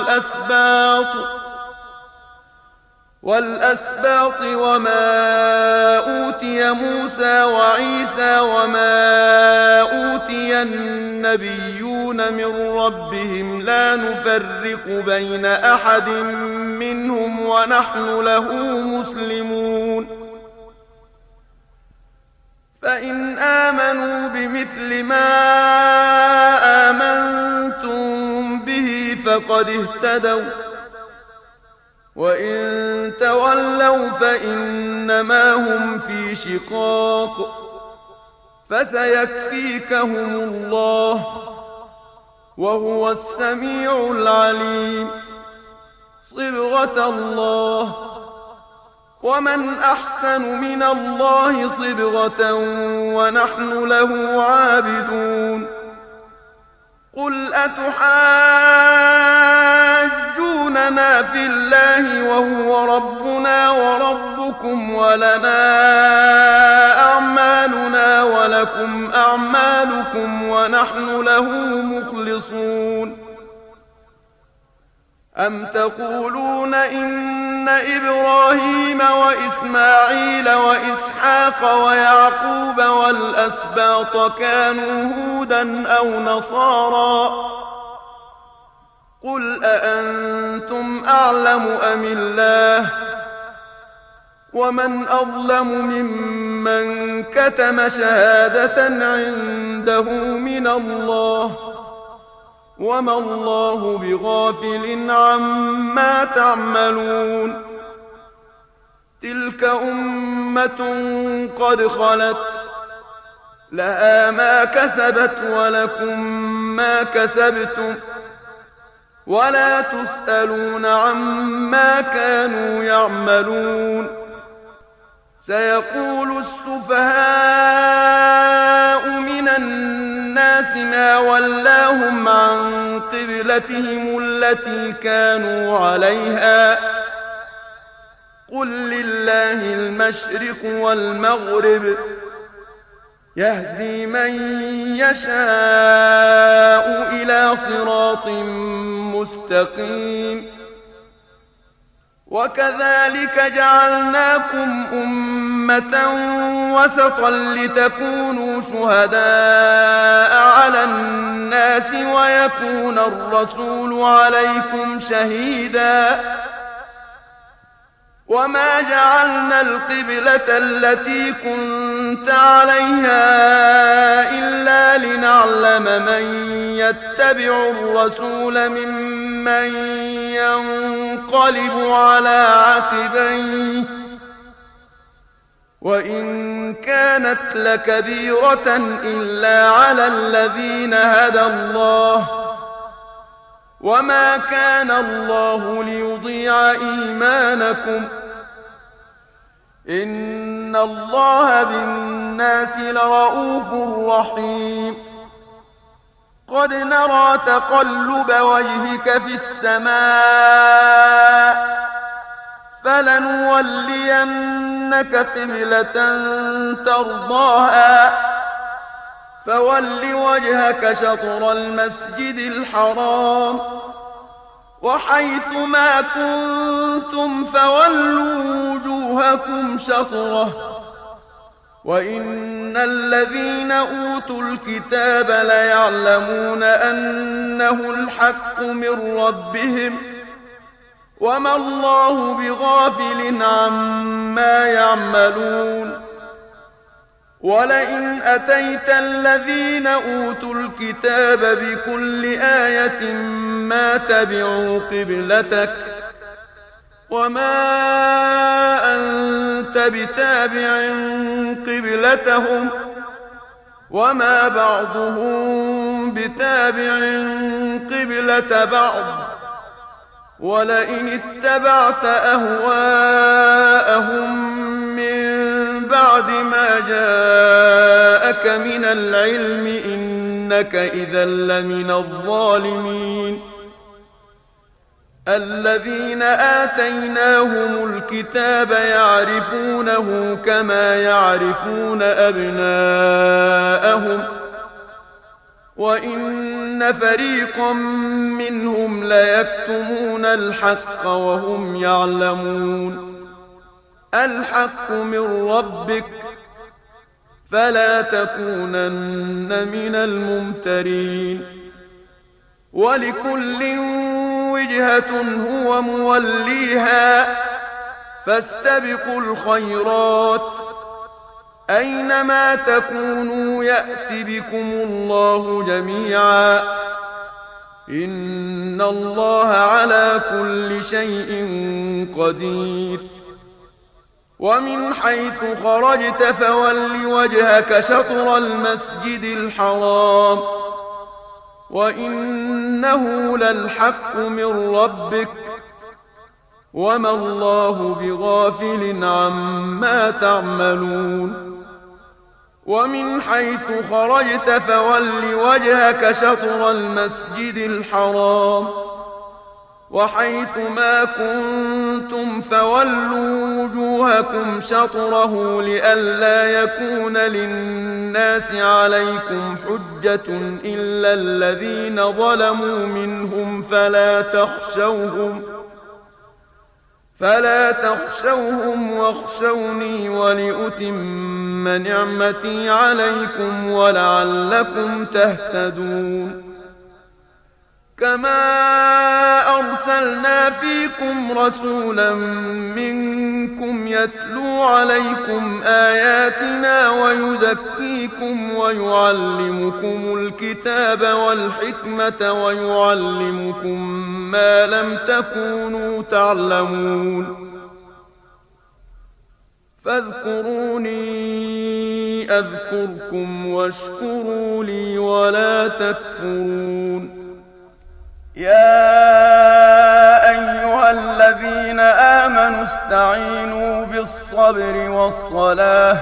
والأسباط وما أوتي موسى وعيسى وما أوتي النبيون من ربهم لا نفرق بين أحد منهم ونحن له مسلمون فإن آمنوا بمثل ما آمنتم به فقد اهتدوا وإن تولوا فإنما هم في شقاق فسيكفيكهم الله وهو السميع العليم. صبغة الله ومن أحسن من الله صبغة ونحن له عابدون. قل أتحاجوننا في الله وهو ربنا وربكم ولنا أعمالنا ولكم أعمالكم ونحن له مخلصون. أم تقولون إن إبراهيم وإسماعيل وإسحاق ويعقوب والأسباط كانوا هودا أو نصارى؟ قل أأنتم أعلم أم الله؟ ومن أظلم ممن كتم شهادة عنده من الله وما الله بغافل عما تعملون. تلك أمة قد خلت لها ما كسبت ولكم ما كسبتم ولا تسألون عما كانوا يعملون. سيقول السفهاء من الناس ما ولاهم عن قبلتهم التي كانوا عليها قل لله المشرق والمغرب يهدي من يشاء إلى صراط مستقيم. وكذلك جعلناكم أمة وسطا لتكونوا شهداء على الناس ويكون الرسول عليكم شهيدا. وما جعلنا القبلة التي كنت عليها إلا لنعلم من يتبع الرسول ممن ينقلب على عقبيه وإن كانت لكبيرة إلا على الذين هدى الله وما كان الله ليضيع إيمانكم إن الله بالناس لرؤوف رحيم. قد نرى تقلب وجهك في السماء فلنولينك قبلة ترضاها فول وجهك شطر المسجد الحرام وحيث ما كنتم فولوا وجوهكم شطره وإن الذين أوتوا الكتاب ليعلمون أنه الحق من ربهم وما الله بغافل عما يعملون. ولئن أتيت الذين أوتوا الكتاب بكل آية ما تبعوا قبلتك وما أنت بتابع قبلتهم وما بعضهم بتابع قبلة بعض ولئن اتبعت أهواءهم من بعد ما جاءك من العلم إنك إذا لمن الظالمين. الذين آتيناهم الكتاب يعرفونه كما يعرفون أبناءهم وإن فريقا منهم ليكتمون الحق وهم يعلمون. الحق من ربك فلا تكونن من الممترين. ولكل وجهة هو موليها فاستبقوا الخيرات أينما تكونوا يأت بكم الله جميعا إن الله على كل شيء قدير ومن حيث خرجت فول وجهك شطر المسجد الحرام وإنه للحق من ربك وما الله بغافل عما تعملون ومن حيث خرجت فول وجهك شطر المسجد الحرام وحيث ما كنتم فولوا وجوهكم شطره لئلا يكون للناس عليكم حجة إلا الذين ظلموا منهم فلا تخشوهم واخشوني ولأتم نعمتي عليكم ولعلكم تهتدون كما أرسلنا فيكم رسولا منكم يتلو عليكم آياتنا ويزكيكم ويعلمكم الكتاب والحكمة ويعلمكم ما لم تكونوا تعلمون فاذكروني أذكركم واشكروا لي ولا تكفرون يا أيها الذين آمنوا استعينوا بالصبر والصلاة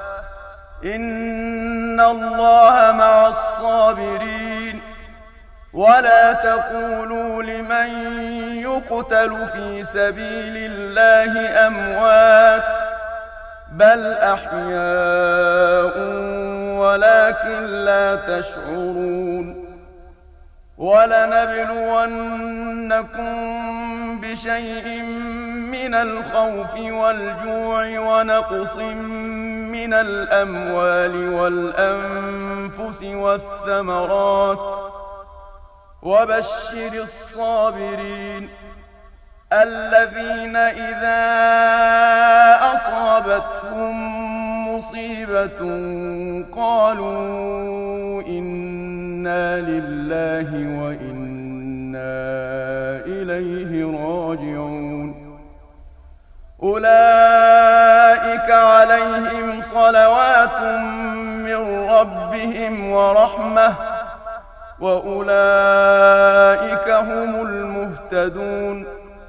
إن الله مع الصابرين ولا تقولوا لمن يقتل في سبيل الله أموات بل أحياء ولكن لا تشعرون ولنبلونكم بشيء من الخوف والجوع ونقص من الأموال والأنفس والثمرات وبشر الصابرين الذين إذا أصابتهم مصيبة قالوا إنا لله وإنا إليه راجعون أولئك عليهم صلوات من ربهم ورحمة وأولئك هم المهتدون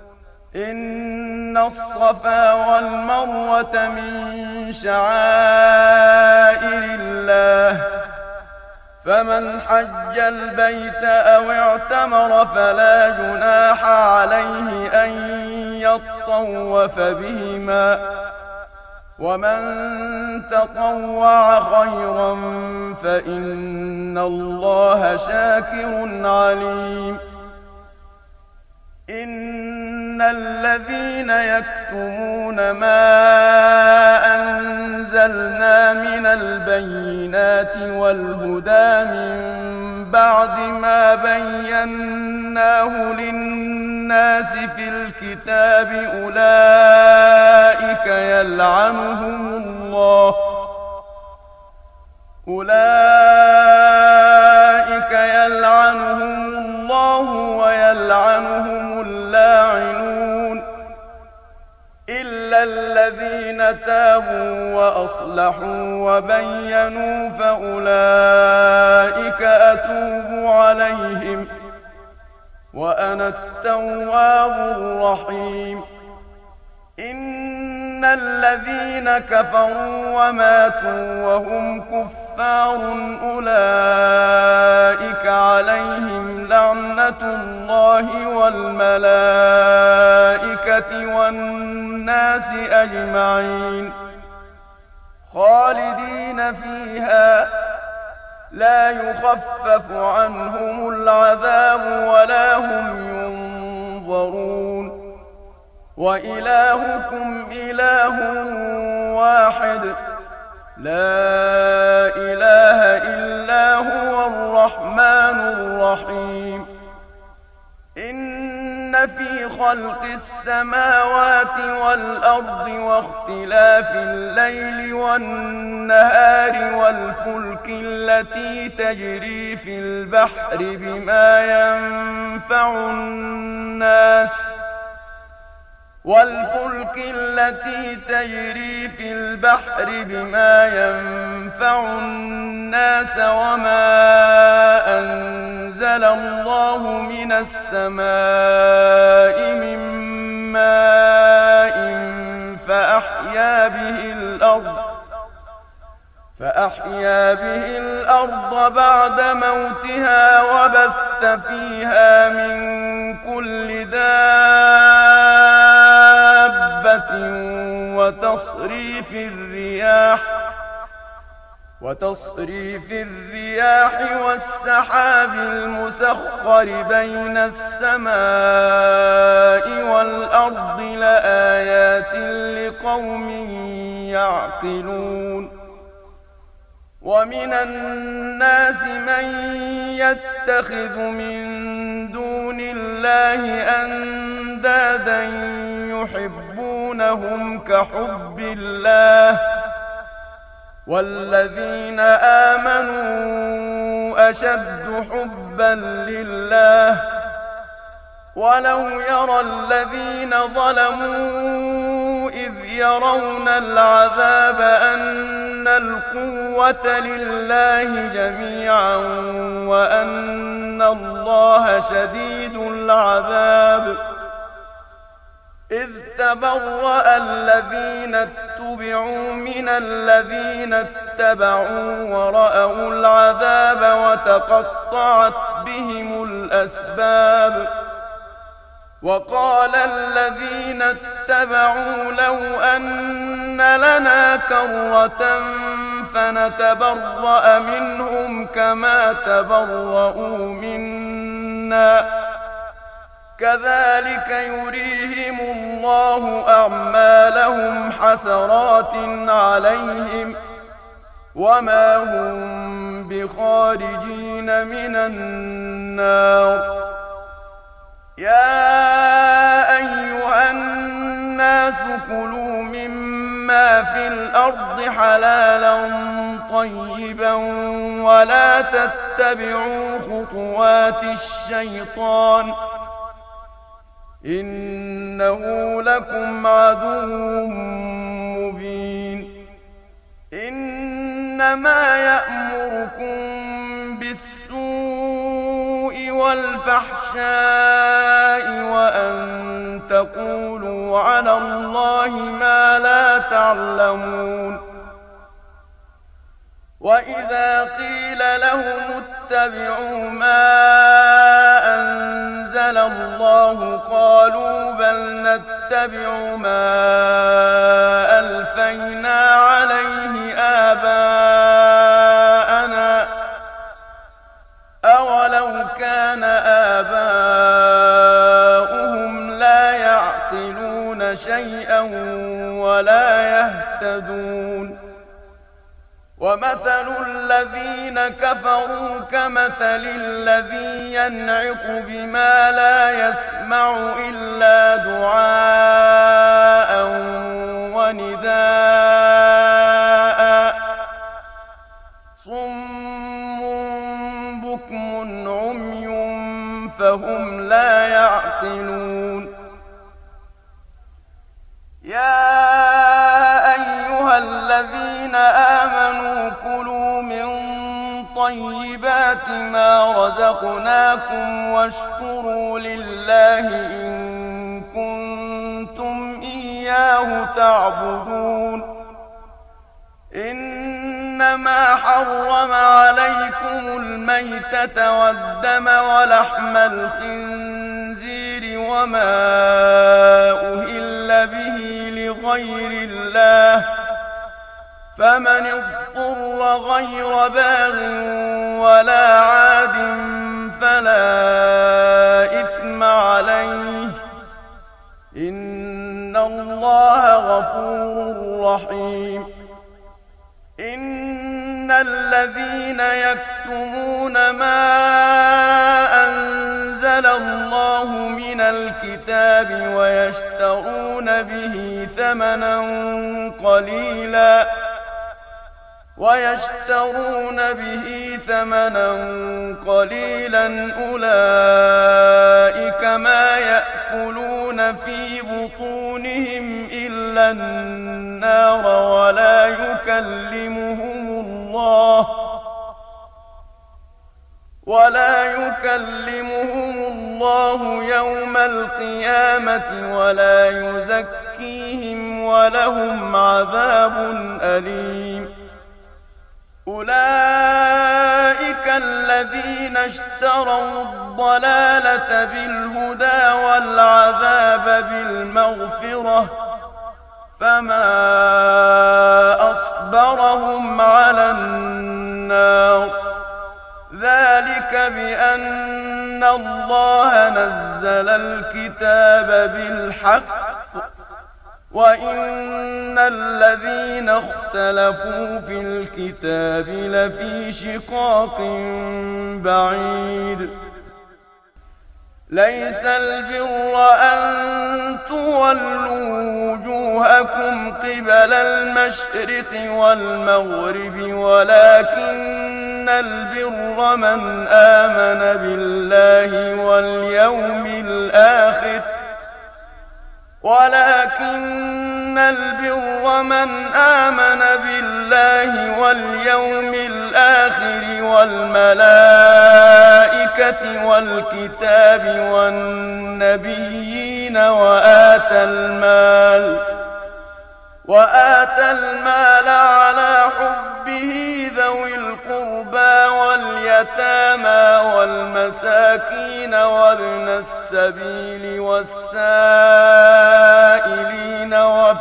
إن الصفا والمروة من شعائر الله فمن حج البيت أو اعتمر فلا جناح عليه أن يطوف بهما ومن تطوع خيرا فإن الله شاكر عليم إن الذين يكتمون ما أنزلنا من البينات والهدى من بعد ما بيناه للناس في الكتاب أولئك يلعنهم الله ويلعنهم اللاعنون إلا الذين تابوا وأصلحوا وبينوا فأولئك أتوب عليهم وأنا التواب الرحيم إن الذين كفروا وماتوا وهم كفار أولئك عليهم لعنة الله والملائكة والناس أجمعين خالدين فيها لا يخفف عنهم العذاب ولا هم ينظرون وإلهكم إله واحد لا إله إلا هو الرحمن الرحيم إن في خلق السماوات والأرض واختلاف الليل والنهار والفلك التي تجري في البحر بما ينفع الناس وما أنزل الله من السماء من ماء فأحيا به الأرض بعد موتها وبث فيها من كل دابة وتصريف الرياح والسحاب المسخر بين السماء والأرض لآيات لقوم يعقلون ومن الناس من يتخذ من دون الله أندادا يحبونهم كحب الله والذين آمنوا أشد حبا لله ولو يرى الذين ظلموا إذ يرون العذاب أن القوة لله جميعا وأن الله شديد العذاب إذ تبرأ الذين اتبعوا من الذين اتبعوا ورأوا العذاب وتقطعت بهم الأسباب وقال الذين اتبعوا لو أن لنا كرة فنتبرأ منهم كما تبرؤوا منا كذلك يريهم الله أعمالهم حسرات عليهم وما هم بخارجين من النار يا أيها الناس كلوا مما في الأرض حلالا طيبا ولا تتبعوا خطوات الشيطان إنه لكم عدو مبين إنما يأمركم بالسوء والفحشاء وأن تقولوا على الله ما لا تعلمون وإذا قيل لهم اتبعوا ما أنزل الله قالوا بل نتبع ما ألفينا عليه آباءنا أولو كان آباؤهم لا يعقلون شيئا ولا يهتدون ومثل الذين كفروا كمثل الذي ينعق بما لا يسمع إلا دعاء ونداء صم بكم عمي فهم لا يعقلون يا أيها الذين آمنوا كلوا من طيبات ما رزقناكم واشكروا لله إن كنتم إياه تعبدون إنما حرم عليكم الميتة والدم ولحم الخنزير وما أهل به لغير الله فمن اضطر غير باغ ولا عاد فلا إثم عليه إن الله غفور رحيم إن الذين يكتمون ما أنزل الله من الكتاب ويشترون به ثمنا قليلا أولئك ما يأكلون في بطونهم إلا النار ولا يكلمهم الله يوم القيامة ولا يزكيهم ولهم عذاب أليم. أولئك الذين اشتروا الضلالة بالهدى والعذاب بالمغفرة فما أصبرهم على النار ذلك بأن الله نزل الكتاب بالحق وإن الذين اختلفوا في الكتاب لفي شقاق بعيد. ليس البر أن تولوا وجوهكم قبل المشرق والمغرب ولكن البر من آمن بالله واليوم الآخر والملائكة والكتاب والنبيين وآتى المال على حبه ذوي القربى واليتامى والمساكين وابن السبيل والسائلين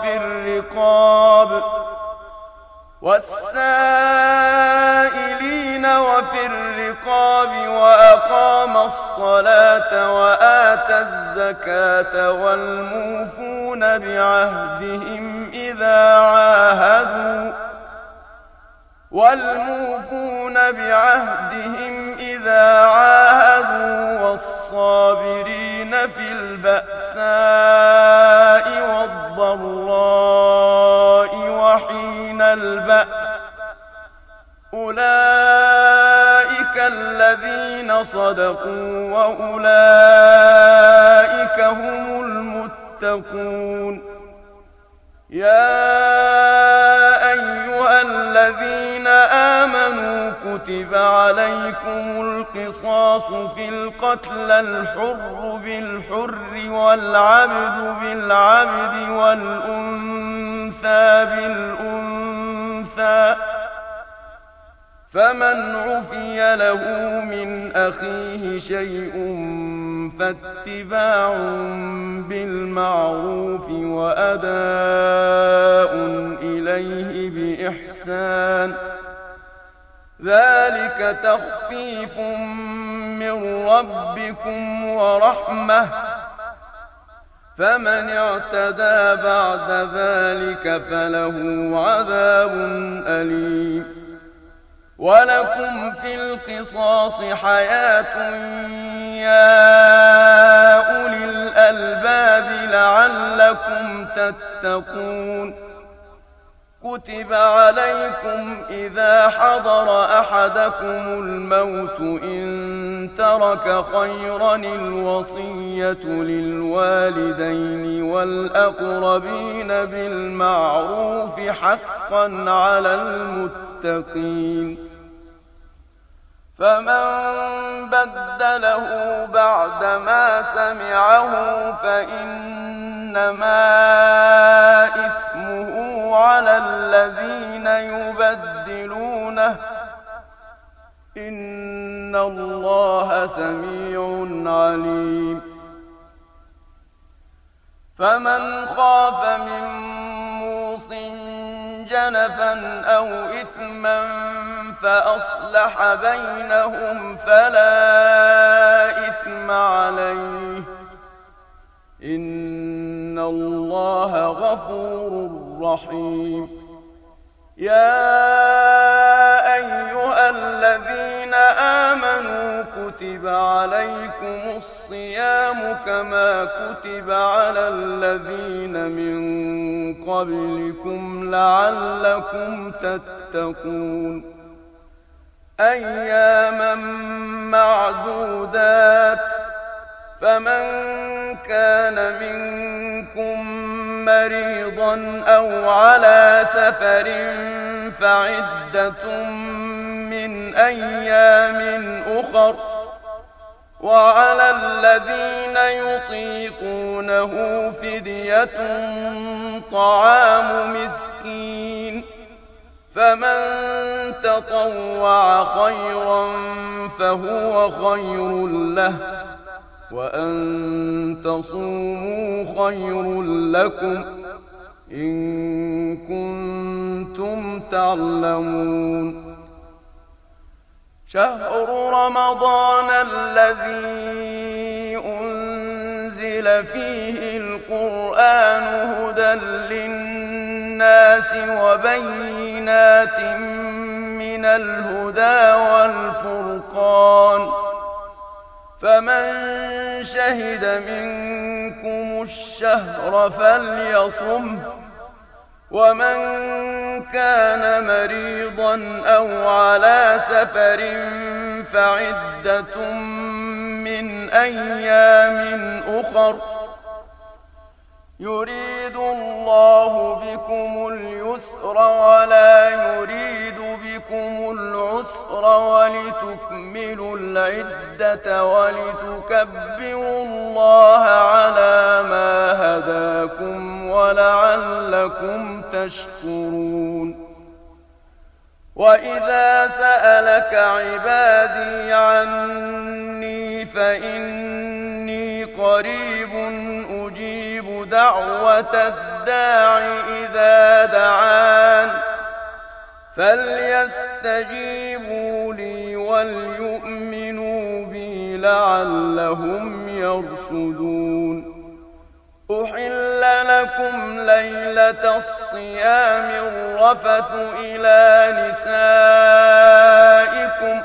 وفي الرقاب وأقام الصلاة وآتى الزكاة والموفون بعهدهم إذا عاهدوا والصابرين في البأساء والضراء وحين البأس أولئك الذين صدقوا وأولئك هم المتقون. يا أيها الذين آمنوا كتب عليكم القصاص في القتلى الحر بالحر والعبد بالعبد والأنثى بالأنثى فمن عفي له من أخيه شيء فاتباع بالمعروف وأداء إليه بإحسان ذلك تخفيف من ربكم ورحمة فمن اعتدى بعد ذلك فله عذاب أليم. ولكم في القصاص حياة يا أولي الألباب لعلكم تتقون. كتب عليكم إذا حضر أحدكم الموت إن ترك خيرا الوصية للوالدين والأقربين بالمعروف حقا على المتقين. فمن بدله بعدما سمعه فإنما إثمه على الذين يبدلونه إن الله سميع عليم. فمن خاف من موصٍ جنفا أو إثما فأصلح بينهم فلا إثم عليه إن الله غفور رحيم. يا أيها الذين آمنوا كتب عليكم الصيام كما كتب على الذين من قبلكم لعلكم تتقون أياما معدودات فمن كان منكم مريضا أو على سفر فعدة من أيام أخر وعلى الذين يطيقونه فدية طعام مسكين فمن تطوع خيرا فهو خير له وأن تصوموا خير لكم إن كنتم تعلمون شهر رمضان الذي أنزل فيه القرآن هدى للناس وبينات من الهدى والفرقان فمن شهد منكم الشهر فليصمه ومن كان مريضا أو على سفر فعدة من أيام أخر يريد الله بكم اليسر ولا يريد بكم العسر ولتكملوا العدة ولتكبروا الله على ما هداكم ولعلكم تشكرون وإذا سألك عبادي عني فإني قريب أجيب دعوة الداع إذا دعان فليستجيبوا لي وليؤمنوا بي لعلهم يرشدون أحل لكم ليلة الصيام الرفث إلى نسائكم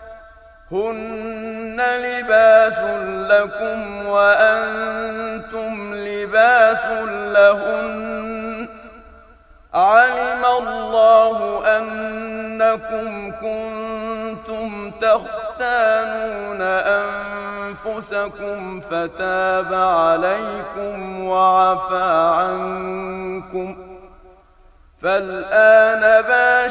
هن لباس لكم وأنتم لباس لهن علم الله أنكم كنتم تختانون أنفسكم فتاب عليكم وعفى عنكم فالآن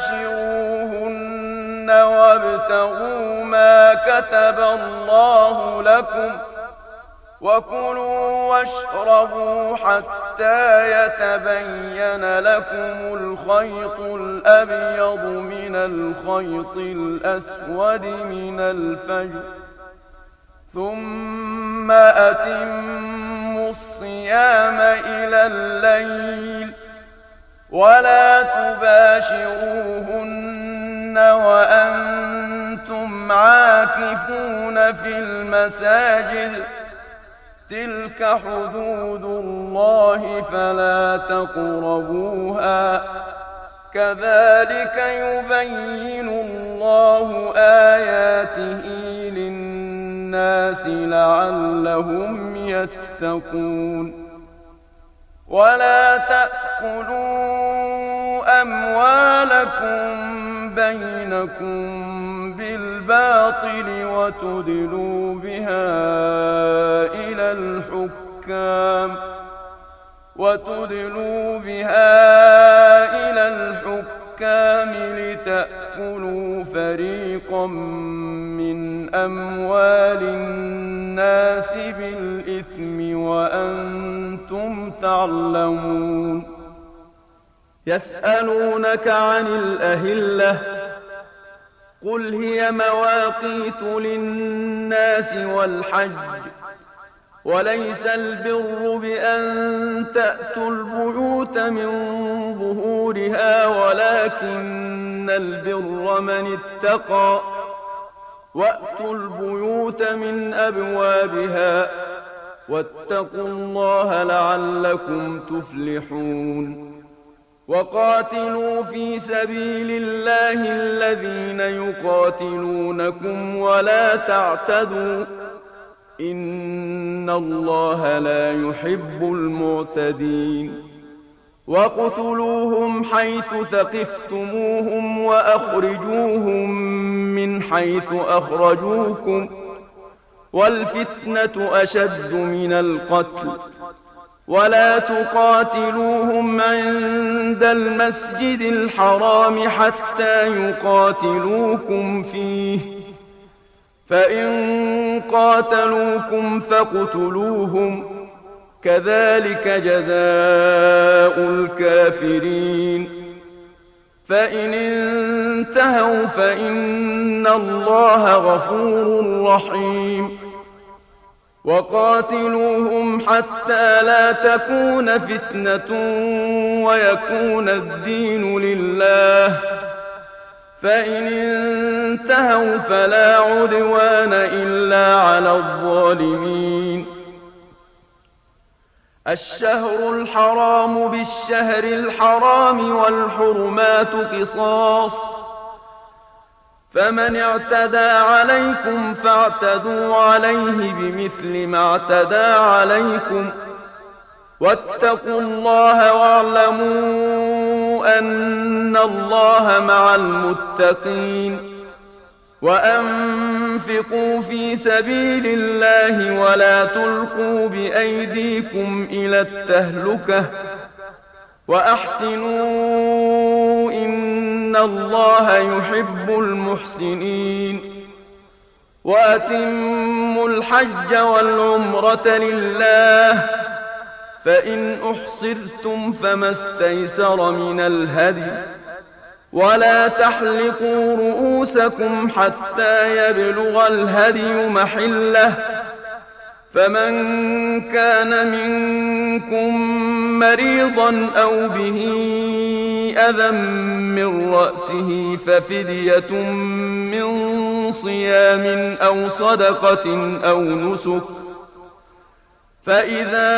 باشروهن وابتغوا ما كتب الله لكم وكلوا واشربوا حتى يتبين لكم الخيط الأبيض من الخيط الأسود من الفجر ثم أتموا الصيام إلى الليل ولا تباشروهن وأنتم عاكفون في المساجد تلك حدود الله فلا تقربوها كذلك يبين الله آياته للناس لعلهم يتقون ولا تأكلوا أموالكم بينكم بالباطل وتدلوا بها إلى الحكام لتأكلوا فريقا من أموال الناس بالإثم وأنتم تعلمون يسألونك عن الأهلة قل هي مواقيت للناس والحج وليس البر بأن تأتوا البيوت من ظهورها ولكن البر من اتقى وأتوا البيوت من أبوابها واتقوا الله لعلكم تفلحون وقاتلوا في سبيل الله الذين يقاتلونكم ولا تعتدوا إن الله لا يحب المعتدين واقتلوهم حيث ثقفتموهم وأخرجوهم من حيث أخرجوكم والفتنة أشد من القتل ولا تقاتلوهم عند المسجد الحرام حتى يقاتلوكم فيه فإن قاتلوكم فاقتلوهم كذلك جزاء الكافرين فإن انتهوا فإن الله غفور رحيم وقاتلوهم حتى لا تكون فتنة ويكون الدين لله فإن انتهوا فلا عدوان إلا على الظالمين الشهر الحرام بالشهر الحرام والحرمات قصاص فمن اعتدى عليكم فاعتدوا عليه بمثل ما اعتدى عليكم واتقوا الله واعلموا أن الله مع المتقين وأنفقوا في سبيل الله ولا تلقوا بأيديكم إلى التهلكة وأحسنوا إن الله يحب المحسنين وأتموا الحج والعمرة لله فإن أحصرتم فما استيسر من الهدي ولا تحلقوا رؤوسكم حتى يبلغ الهدي محله فمن كان منكم مريضا أو به أذى من رأسه ففدية من صيام أو صدقة أو نسك فإذا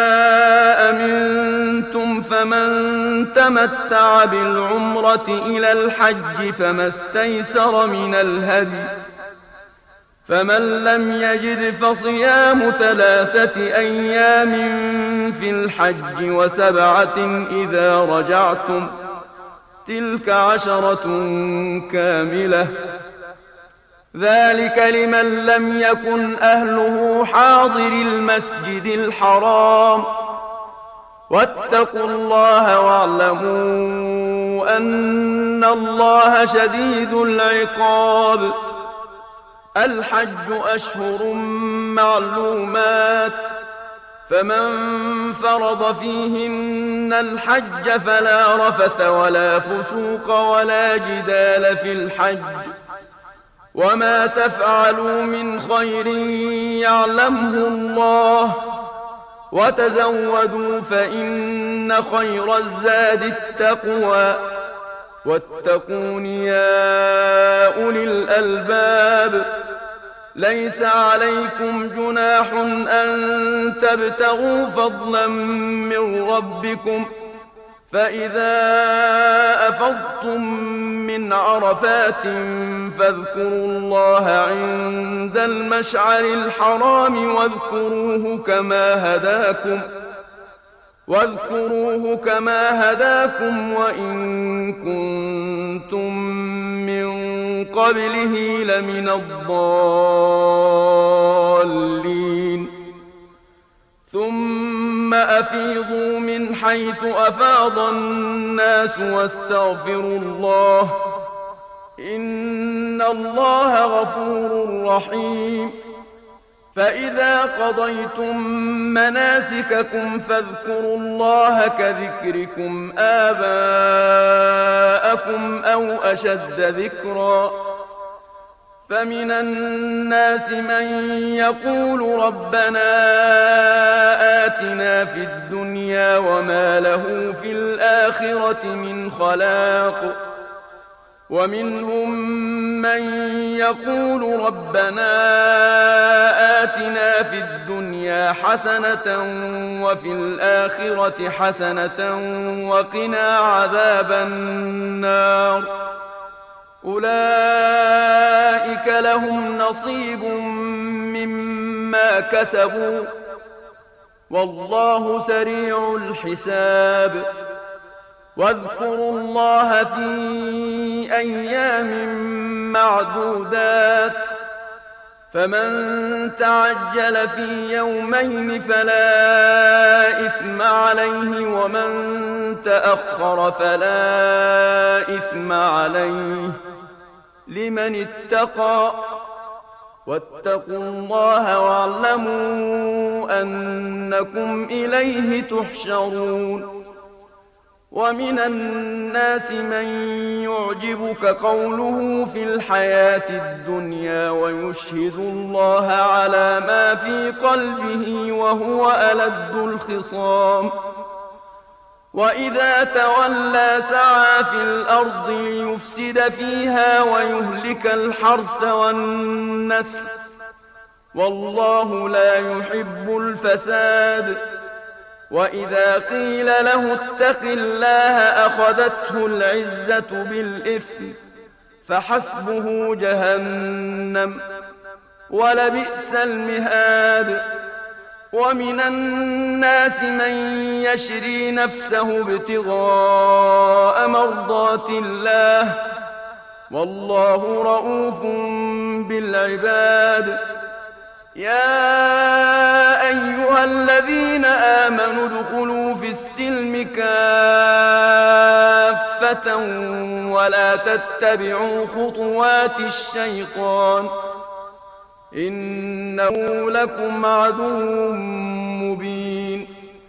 أمنتم فمن تمتع بالعمرة إلى الحج فما استيسر من الهدي فمن لم يجد فصيام 3 أيام في الحج و7 إذا رجعتم تلك 10 كاملة ذلك لمن لم يكن أهله حاضر المسجد الحرام واتقوا الله واعلموا أن الله شديد العقاب الحج أشهر معلومات فمن فرض فيهن الحج فلا رفث ولا فسوق ولا جدال في الحج وما تفعلوا من خير يعلمه الله وتزودوا فإن خير الزاد التقوى واتقون يا أولي الألباب ليس عليكم جناح أن تبتغوا فضلا من ربكم فإذا أفضتم من عرفات فاذكروا الله عند المشعر الحرام واذكروه كما هداكم وإن كنتم من قبله لمن الضالين ثم أفيضوا من حيث أفاض الناس واستغفروا الله إن الله غفور رحيم فإذا قضيتم مناسككم فاذكروا الله كذكركم آباءكم أو أشد ذكرا فمن الناس من يقول ربنا آتنا في الدنيا وما له في الآخرة من خلاق ومنهم من يقول ربنا آتنا في الدنيا حسنة وفي الآخرة حسنة وقنا عذاب النار أولئك لهم نصيب مما كسبوا والله سريع الحساب واذكروا الله في أيام معدودات فمن تعجل في يومين فلا إثم عليه ومن تأخر فلا إثم عليه لمن اتقى واتقوا الله واعلموا أنكم إليه تحشرون ومن الناس من يعجبك قوله في الحياة الدنيا ويشهد الله على ما في قلبه وهو ألد الخصام وإذا تولى سعى في الأرض ليفسد فيها ويهلك الحرث والنسل والله لا يحب الفساد وإذا قيل له اتق الله أخذته العزة بالإثم فحسبه جهنم ولبئس المهاد ومن الناس من يشري نفسه ابتغاء مرضات الله والله رؤوف بالعباد يا أيها الذين آمنوا ادخلوا في السلم كافة ولا تتبعوا خطوات الشيطان إنه لكم عدو مبين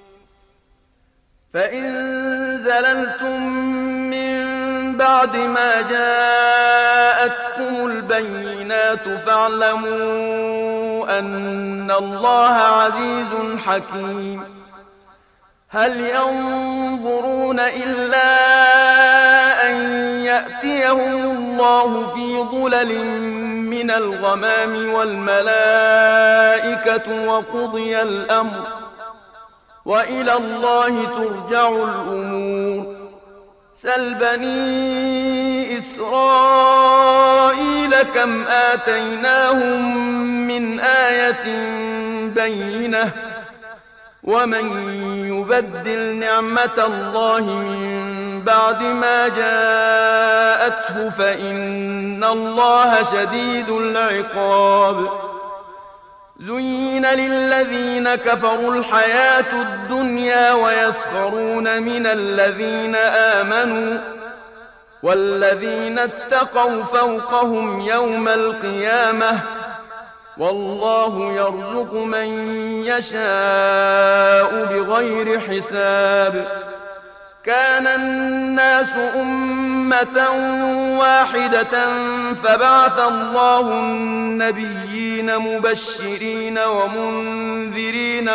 فإن زللتم من بعد ما جاءتكم البينات فاعلموا أن الله عزيز حكيم هل ينظرون إلا أن يأتيهم الله في ظلل من الغمام والملائكة وقضي الأمر وإلى الله ترجع الأمور سل بني إسرائيل كم آتيناهم من آية بينة ومن يبدل نعمة الله من بعد ما جاءته فإن الله شديد العقاب زين للذين كفروا الحياة الدنيا ويسخرون من الذين آمنوا والذين اتقوا فوقهم يوم القيامة والله يرزق من يشاء بغير حساب كان الناس أمة واحدة فبعث الله النبيين مبشرين ومنذرين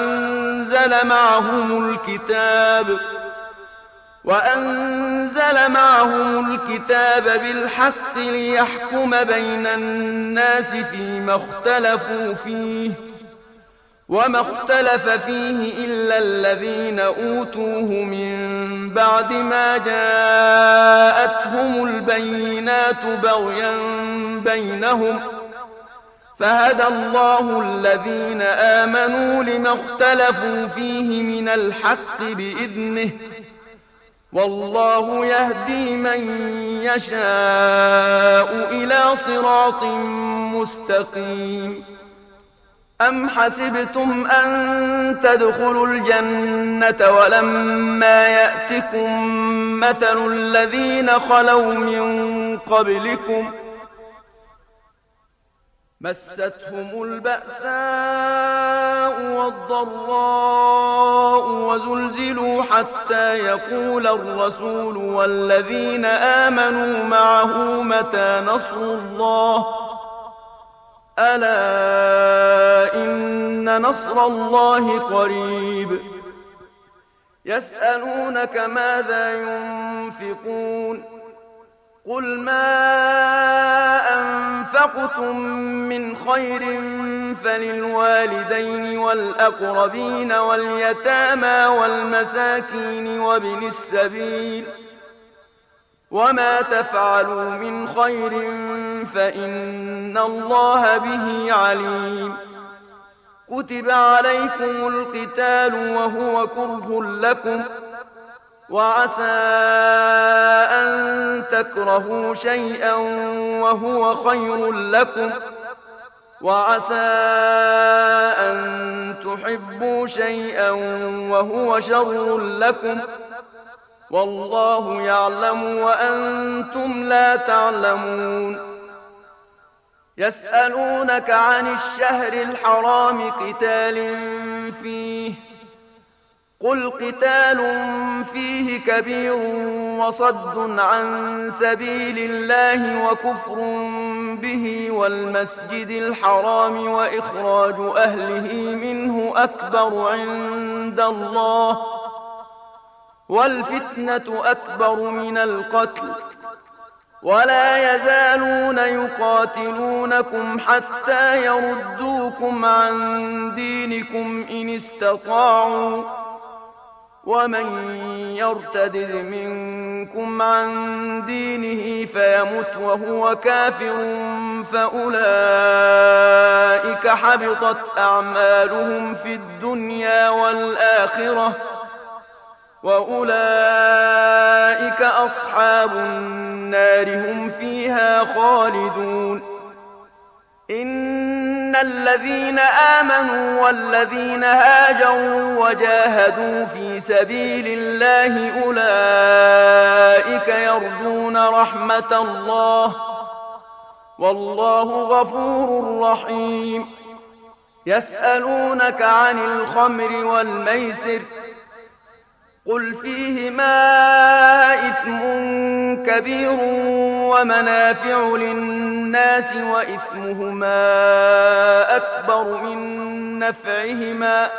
وأنزل معهم الكتاب بالحق ليحكم بين الناس فيما اختلفوا فيه وما اختلف فيه إلا الذين أوتوه من بعد ما جاءتهم البينات بغيا بينهم فهدى الله الذين آمنوا لما اختلفوا فيه من الحق بإذنه والله يهدي من يشاء إلى صراط مستقيم أم حسبتم أن تدخلوا الجنة ولما يأتكم مثل الذين خلوا من قبلكم مستهم البأساء والضراء وزلزلوا حتى يقول الرسول والذين آمنوا معه متى نصر الله ألا إن نصر الله قريب يسألونك ماذا ينفقون قل ما أنفقتم من خير فللوالدين والأقربين واليتامى والمساكين وابن السبيل وما تفعلوا من خير فإن الله به عليم كتب عليكم القتال وهو كره لكم وعسى أن تكرهوا شيئا وهو خير لكم وعسى أن تحبوا شيئا وهو شر لكم والله يعلم وأنتم لا تعلمون يسألونك عن الشهر الحرام قتال فيه قل قتال فيه كبير وصد عن سبيل الله وكفر به والمسجد الحرام وإخراج أهله منه أكبر عند الله والفتنة أكبر من القتل ولا يزالون يقاتلونكم حتى يردوكم عن دينكم إن استطاعوا ومن يرتد منكم عن دينه فيمت وهو كافر فأولئك حبطت أعمالهم في الدنيا والآخرة وأولئك أصحاب النار هم فيها خالدون إن الذين آمنوا والذين هاجروا وجاهدوا في سبيل الله أولئك يرجون رحمة الله والله غفور رحيم يسألونك عن الخمر والميسر قل فيهما إثم كبير ومنافع للناس وإثمهما أكبر من نفعهما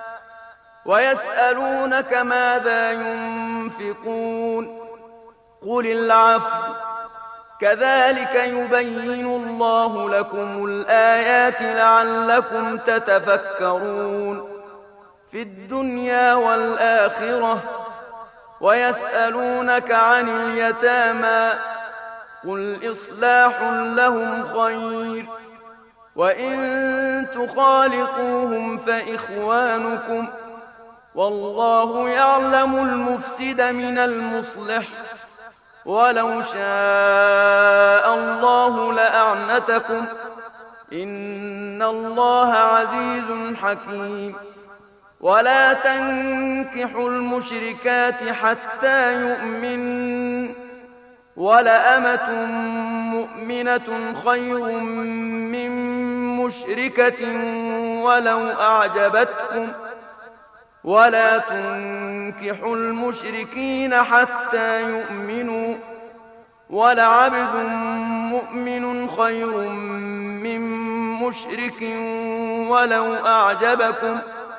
ويسألونك ماذا ينفقون قل العفو كذلك يبين الله لكم الآيات لعلكم تتفكرون في الدنيا والآخرة ويسألونك عن اليتامى قل إصلاح لهم خير وإن تخالطوهم فإخوانكم والله يعلم المفسد من المصلح ولو شاء الله لأعنتكم إن الله عزيز حكيم ولا تنكحوا المشركات حتى يؤمنن ولأمة مؤمنة خير من مشركة ولو أعجبتكم ولا تنكحوا المشركين حتى يؤمنوا ولعبد مؤمن خير من مشرك ولو أعجبكم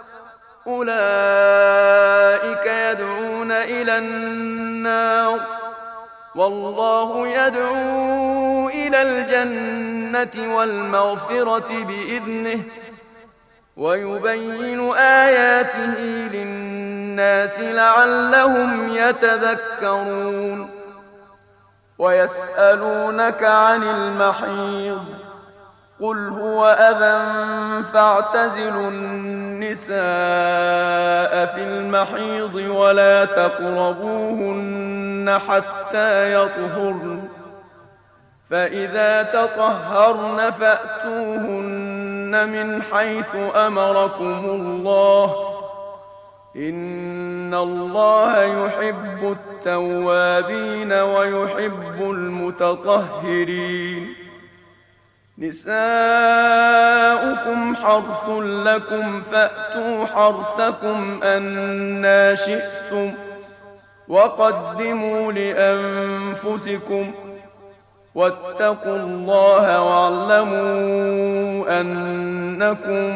أولئك يدعون إلى النار والله يدعو إلى الجنة والمغفرة بإذنه ويبين آياته للناس لعلهم يتذكرون ويسألونك عن المحيض قل هو أذى فاعتزلوا النساء في المحيض ولا تقربوهن حتى يطهرن فإذا تطهرن فأتوهن من حيث أمركم الله إن الله يحب التوابين ويحب المتطهرين نساؤكم حرث لكم فأتوا حرثكم أنى شئتم وقدموا لأنفسكم واتقوا الله واعلموا أنكم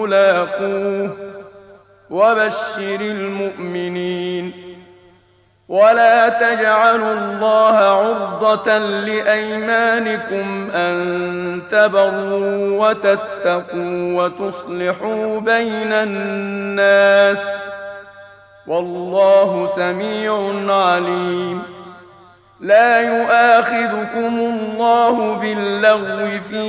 ملاقوه وبشر المؤمنين ولا تجعلوا الله عرضة لأيمانكم أن تبروا وتتقوا وتصلحوا بين الناس والله سميع عليم لا يؤاخذكم الله باللغو في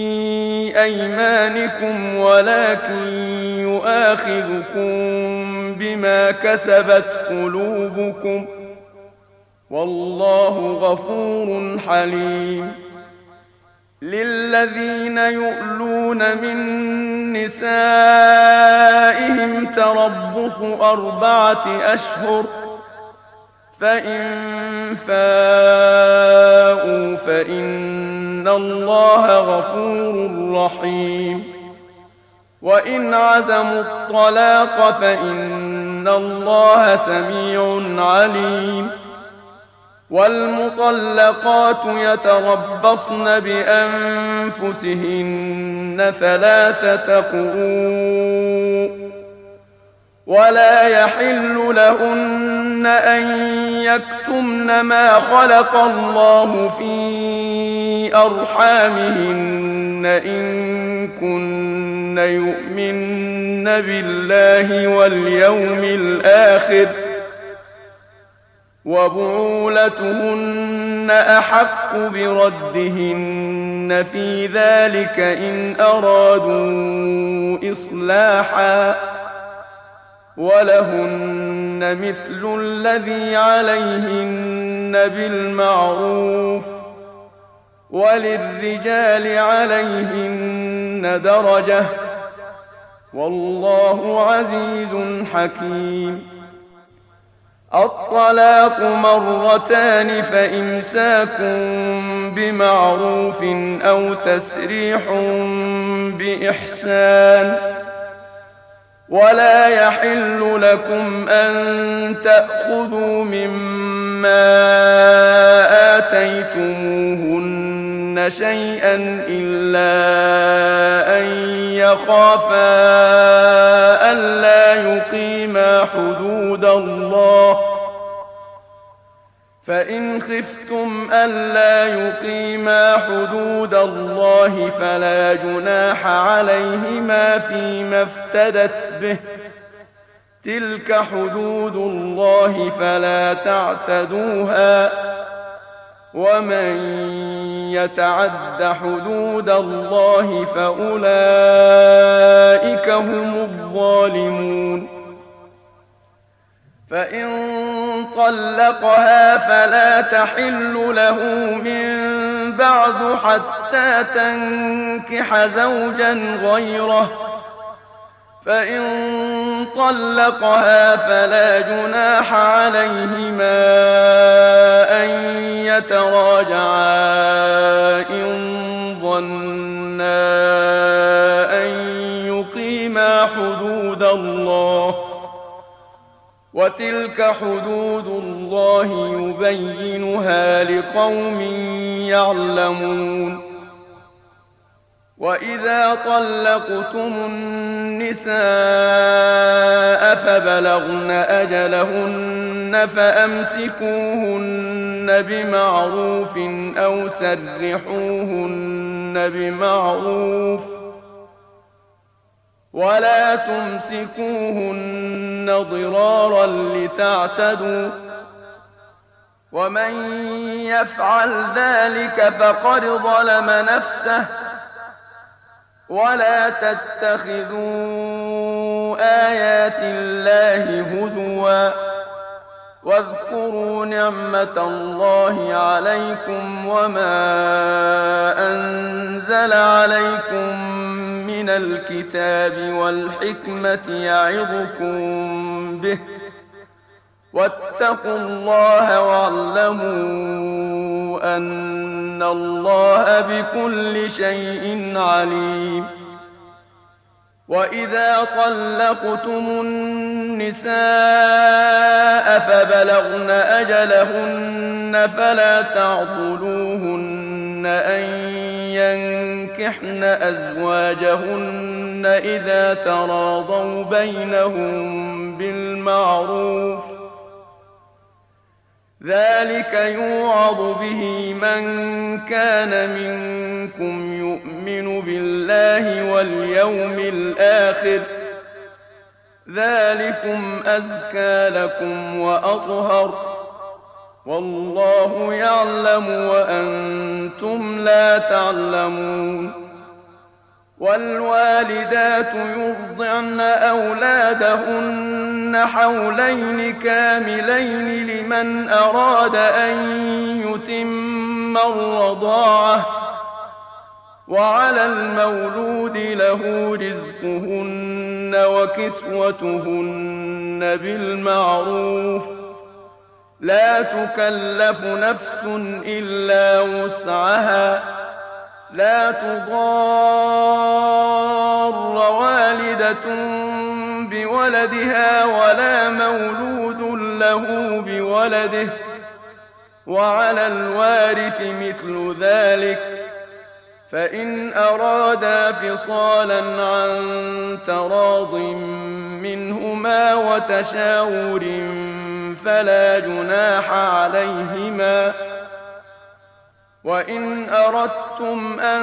أيمانكم ولكن يؤاخذكم بما كسبت قلوبكم والله غفور حليم للذين يؤلون من نسائهم تربص 4 أشهر فإن فاءوا فإن الله غفور رحيم وإن عزموا الطلاق فإن الله سميع عليم والمطلقات يتربصن بأنفسهن 3 قروء ولا يحل لهن أن يكتمن ما خلق الله في أرحامهن إن كن يؤمن بالله واليوم الآخر وبعولتهن أحق بردهن في ذلك إن أرادوا إصلاحا ولهن مثل الذي عليهن بالمعروف وللرجال عليهن درجة والله عزيز حكيم الطلاق 2 فإمساك بمعروف أو تسريح بإحسان ولا يحل لكم أن تأخذوا مما آتيتموهن شيئا إلا أن يخافا ألا يقيما حدود الله فإن خفتم ألا يقيما حدود الله فلا جناح عليهما فيما افتدت به تلك حدود الله فلا تعتدوها ومن يتعد حدود الله فأولئك هم الظالمون فإن طلقها فلا تحل له من بعد حتى تنكح زوجا غيره فإن طلقها فلا جناح عليهما أن يتراجعا إن ظنا أن يقيما حدود الله وتلك حدود الله يبينها لقوم يعلمون وإذا طلقتم النساء فبلغن أجلهن فأمسكوهن بمعروف أو سرحوهن بمعروف ولا تمسكوهن ضرارا لتعتدوا ومن يفعل ذلك فقد ظلم نفسه ولا تتخذوا آيات الله هزوا واذكروا نعمة الله عليكم وما أنزل عليكم من الكتاب والحكمة يعظكم به واتقوا الله واعلموا أن الله بكل شيء عليم وإذا طلقتم النساء فبلغن أجلهن فلا تعضلوهن أن ينكحن أزواجهن إذا تراضوا بينهم بالمعروف ذلك يوعظ به من كان منكم يؤمن بالله واليوم الآخر ذلكم أزكى لكم وأطهر والله يعلم وأنتم لا تعلمون والوالدات يرضعن أولادهن حولين كاملين لمن أراد أن يتم الرضاعة وعلى المولود له رزقهن وكسوتهن بالمعروف لا تكلف نفس إلا وسعها لا تضار والدة بولدها ولا مولود له بولده وعلى الوارث مثل ذلك فإن أرادا فصالا عن تراض منهما وتشاور فلا جناح عليهما وإن أردتم أن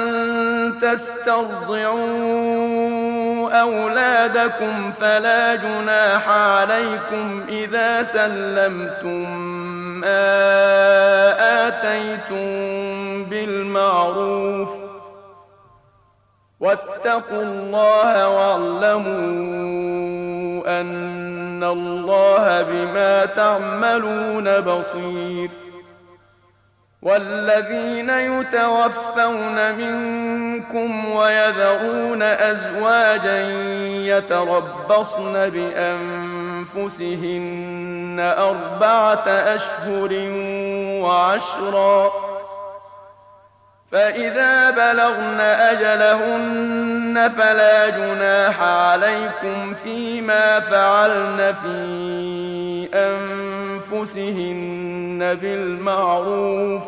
تسترضعوا أولادكم فلا جناح عليكم إذا سلمتم ما آتيتم بالمعروف واتقوا الله واعلموا أن الله بما تعملون بصير والذين يتوفون منكم ويذرون أزواجا يتربصن بأنفسهن 4 أشهر وعشرا فإذا بلغن أجلهن فلا جناح عليكم فيما فعلن في أنفسهن بالمعروف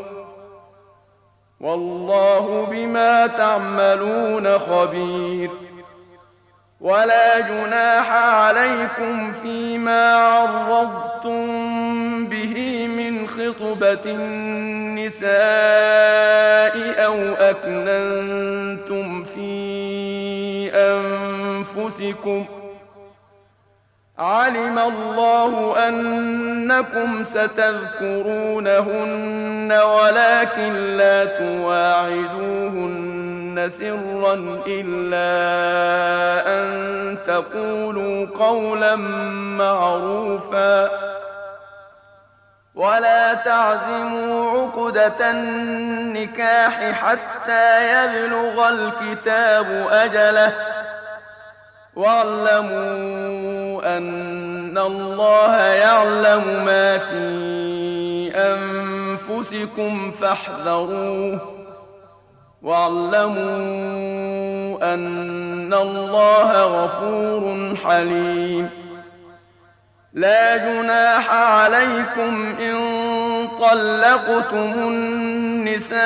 والله بما تعملون خبير ولا جناح عليكم فيما عرضتم به من خطبة النساء أو أكننتم في أنفسكم علم الله أنكم ستذكرونهن ولكن لا تواعدوهن سرا إلا أن تقولوا قولا معروفا ولا تعزموا عقدة النكاح حتى يبلغ الكتاب أجله واعلموا أن الله يعلم ما في أنفسكم فاحذروه واعلموا أن الله غفور حليم لا جناح عليكم إن طلقتم النساء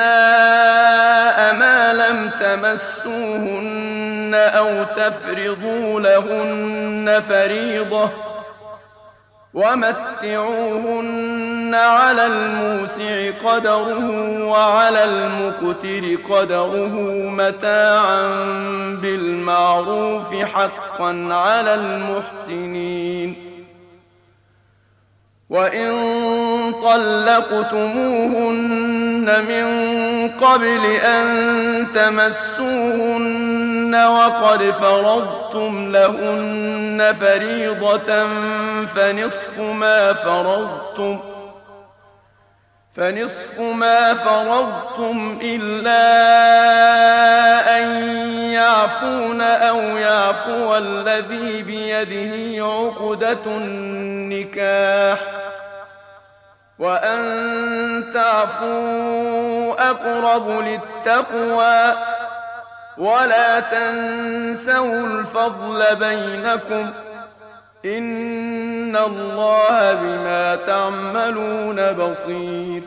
ما لم تمسوهن أو تفرضوا لهن فريضة ومتعوهن على الموسع قدره وعلى المقتر قدره متاعا بالمعروف حقا على المحسنين وإن طلقتموهن من قبل أن تمسوهن وقد فرضتم لهن فريضة فنصف ما فرضتم إلا أن يعفون أو يعفو الذي بيده عقدة النكاح وأن تعفوا أقرب للتقوى ولا تنسوا الفضل بينكم إن الله بما تعملون بصير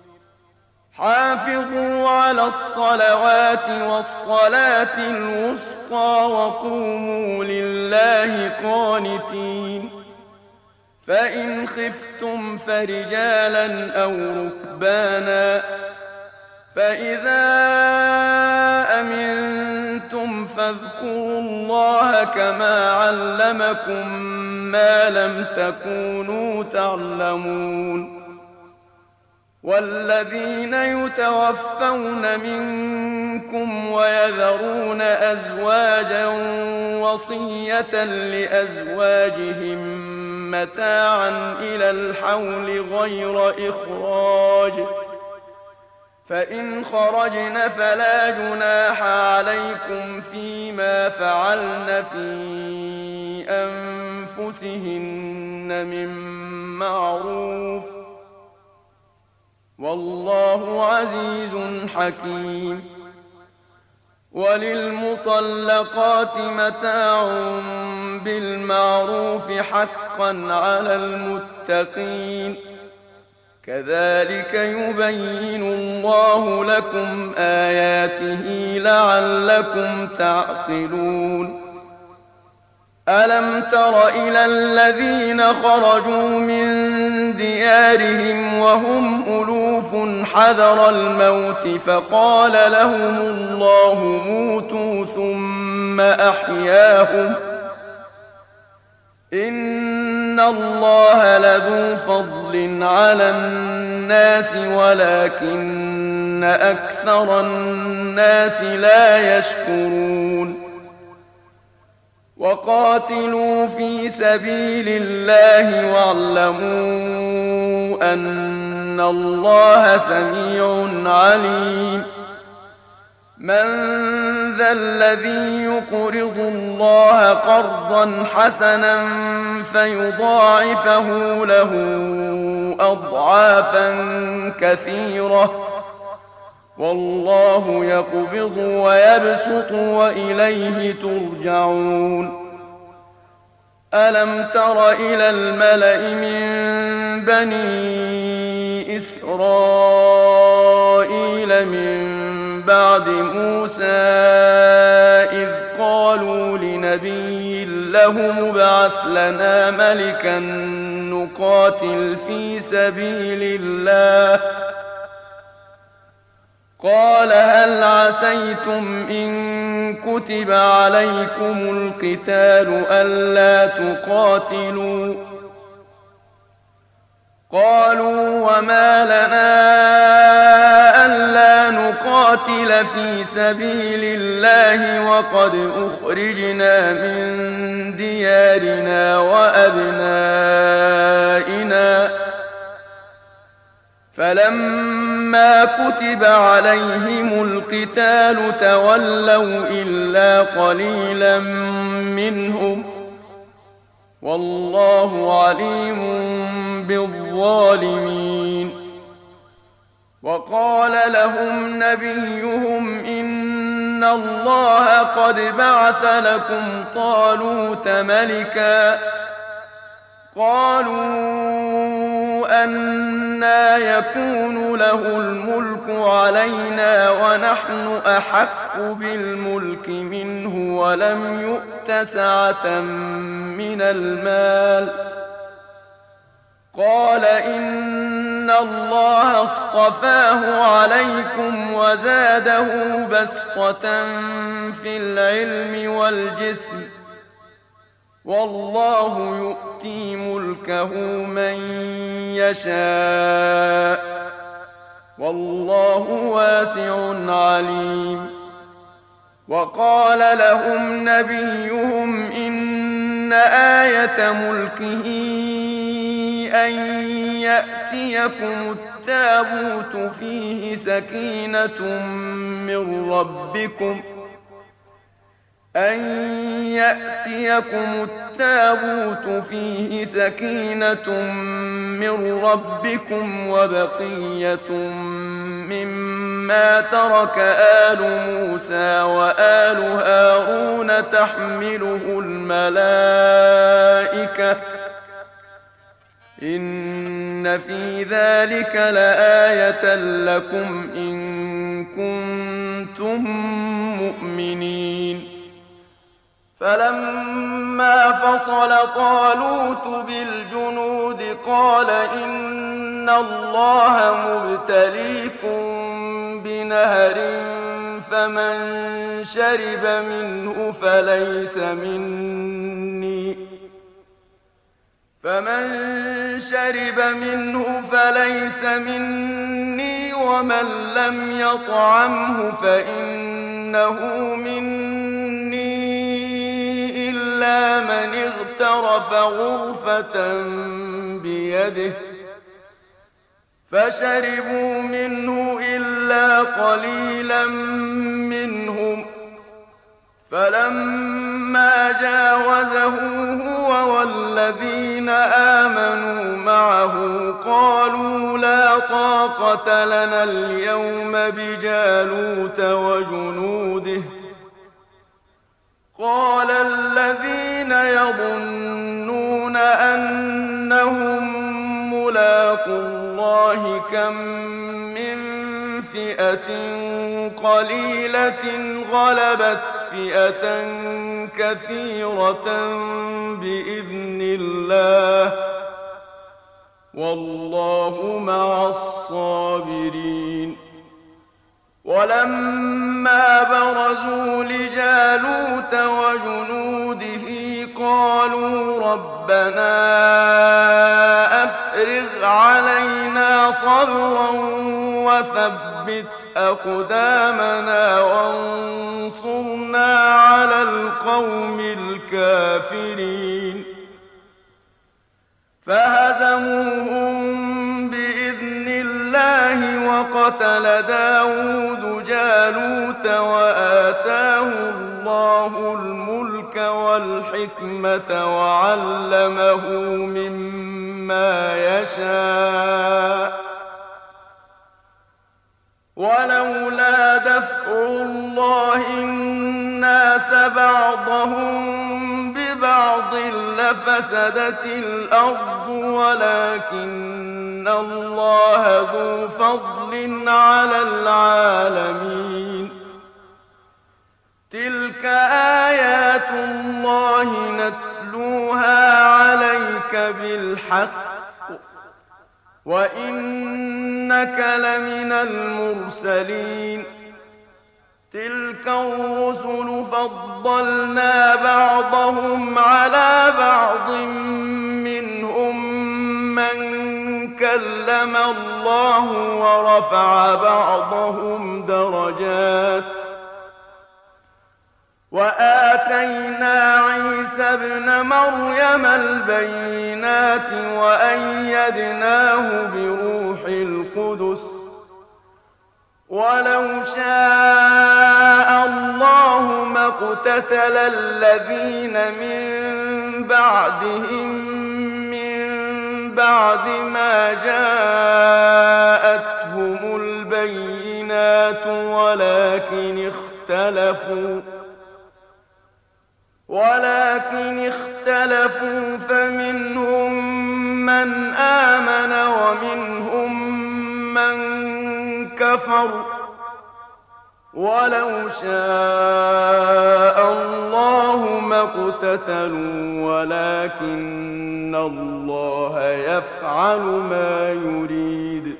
حافظوا على الصلوات والصلاة الوسطى وقوموا لله قانتين فإن خفتم فرجالا أو ركبانا فإذا أمنتم فاذكروا الله كما علمكم ما لم تكونوا تعلمون والذين يتوفون منكم ويذرون أزواجا وصية لأزواجهم متاعا إلى الحول غير إخراج فإن خرجن فلا جناح عليكم فيما فعلن في أنفسهن من معروف والله عزيز حكيم وللمطلقات متاع بالمعروف حقا على المتقين كذلك يبين الله لكم آياته لعلكم تعقلون ألم تر إلى الذين خرجوا من ديارهم وهم ألوف حذر الموت فقال لهم الله موتوا ثم أحياهم إن الله لذو فضل على الناس ولكن أكثر الناس لا يشكرون وقاتلوا في سبيل الله واعلموا أن الله سميع عليم من ذا الذي يقرض الله قرضا حسنا فيضاعفه له أضعافا كثيرة والله يقبض ويبسط وإليه ترجعون ألم تر إلى الملأ من بني إسرائيل من بعد موسى إذ قالوا لنبي له ابعث لنا ملكا نقاتل في سبيل الله قال هل عسيتم إن كتب عليكم القتال ألا تقاتلوا قالوا وما لنا ألا نقاتل في سبيل الله وقد أخرجنا من ديارنا وأبنائنا فلما كتب عليهم القتال تولوا إلا قليلا منهم والله عليم بالظالمين وقال لهم نبيهم إن الله قد بعث لكم طالوت ملكا قالوا أنى يكون له الملك علينا ونحن أحق بالملك منه ولم يؤت سعة من المال قال إن الله اصطفاه عليكم وزاده بسطة في العلم والجسم والله يؤتي ملكه من يشاء والله واسع عليم وقال لهم نبيهم إن آية ملكه أن يأتيكم التابوت فيه سكينة من ربكم وبقية مما ترك آل موسى وآل هارون تحمله الملائكة إن في ذلك لآية لكم إن كنتم مؤمنين فلما ولما فصل طالوت بالجنود قال إن الله مبتليكم بنهر فمن شرب منه فليس مني ومن لم يطعمه فإنه مني إلا من اغترف غرفة بيده فشربوا منه إلا قليلا منهم فلما جاوزه هو والذين آمنوا معه قالوا لا طاقة لنا اليوم بجالوت وجنوده قال الذين يظنون أنهم ملاقو الله كم من فئة قليلة غلبت فئة كثيرة بإذن الله والله مع الصابرين ولما برزوا لجالوت وجنوده قالوا ربنا أفرغ علينا صبرا وثبت أقدامنا وانصرنا على القوم الكافرين فهزموهم بإذن الله وقتل داود جالوت وآتاه الله الملك والحكمة وعلمه مما يشاء ولولا دفع الله الناس بعضهم ببعض لفسدت الأرض ولكن الله ذو فضل على العالمين تلك آيات الله نتلوها عليك بالحق وإنك لمن المرسلين تلك الرسل فضلنا بعضهم على بعض منهم من كلم الله ورفع بعضهم درجات وآتينا عيسى ابن مريم البينات وأيدناه بروح القدس ولو شاء الله ما اقتتل الذين من بعدهم من بعد ما جاءتهم البينات ولكن اختلفوا فمنهم من آمن ومنهم من كفر ولو شاء الله ما اقتتلوا ولكن الله يفعل ما يريد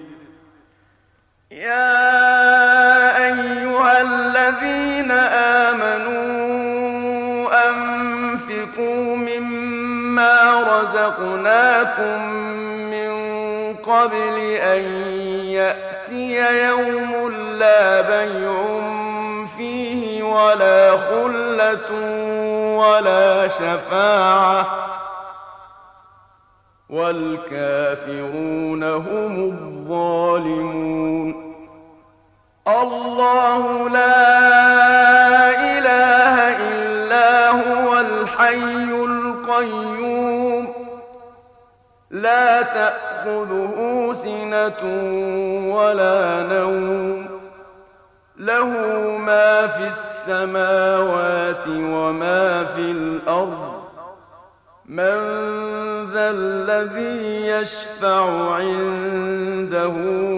يا أيها الذين آمنوا أنفقوا مما رزقناكم من قبل أن يأتي يوم لا بيع فيه ولا خلة ولا شفاعة والكافرون هم الظالمون الله لا إله إلا هو الحي القيوم لا تأخذه سنة ولا نوم له ما في السماوات وما في الأرض من ذا الذي يشفع عنده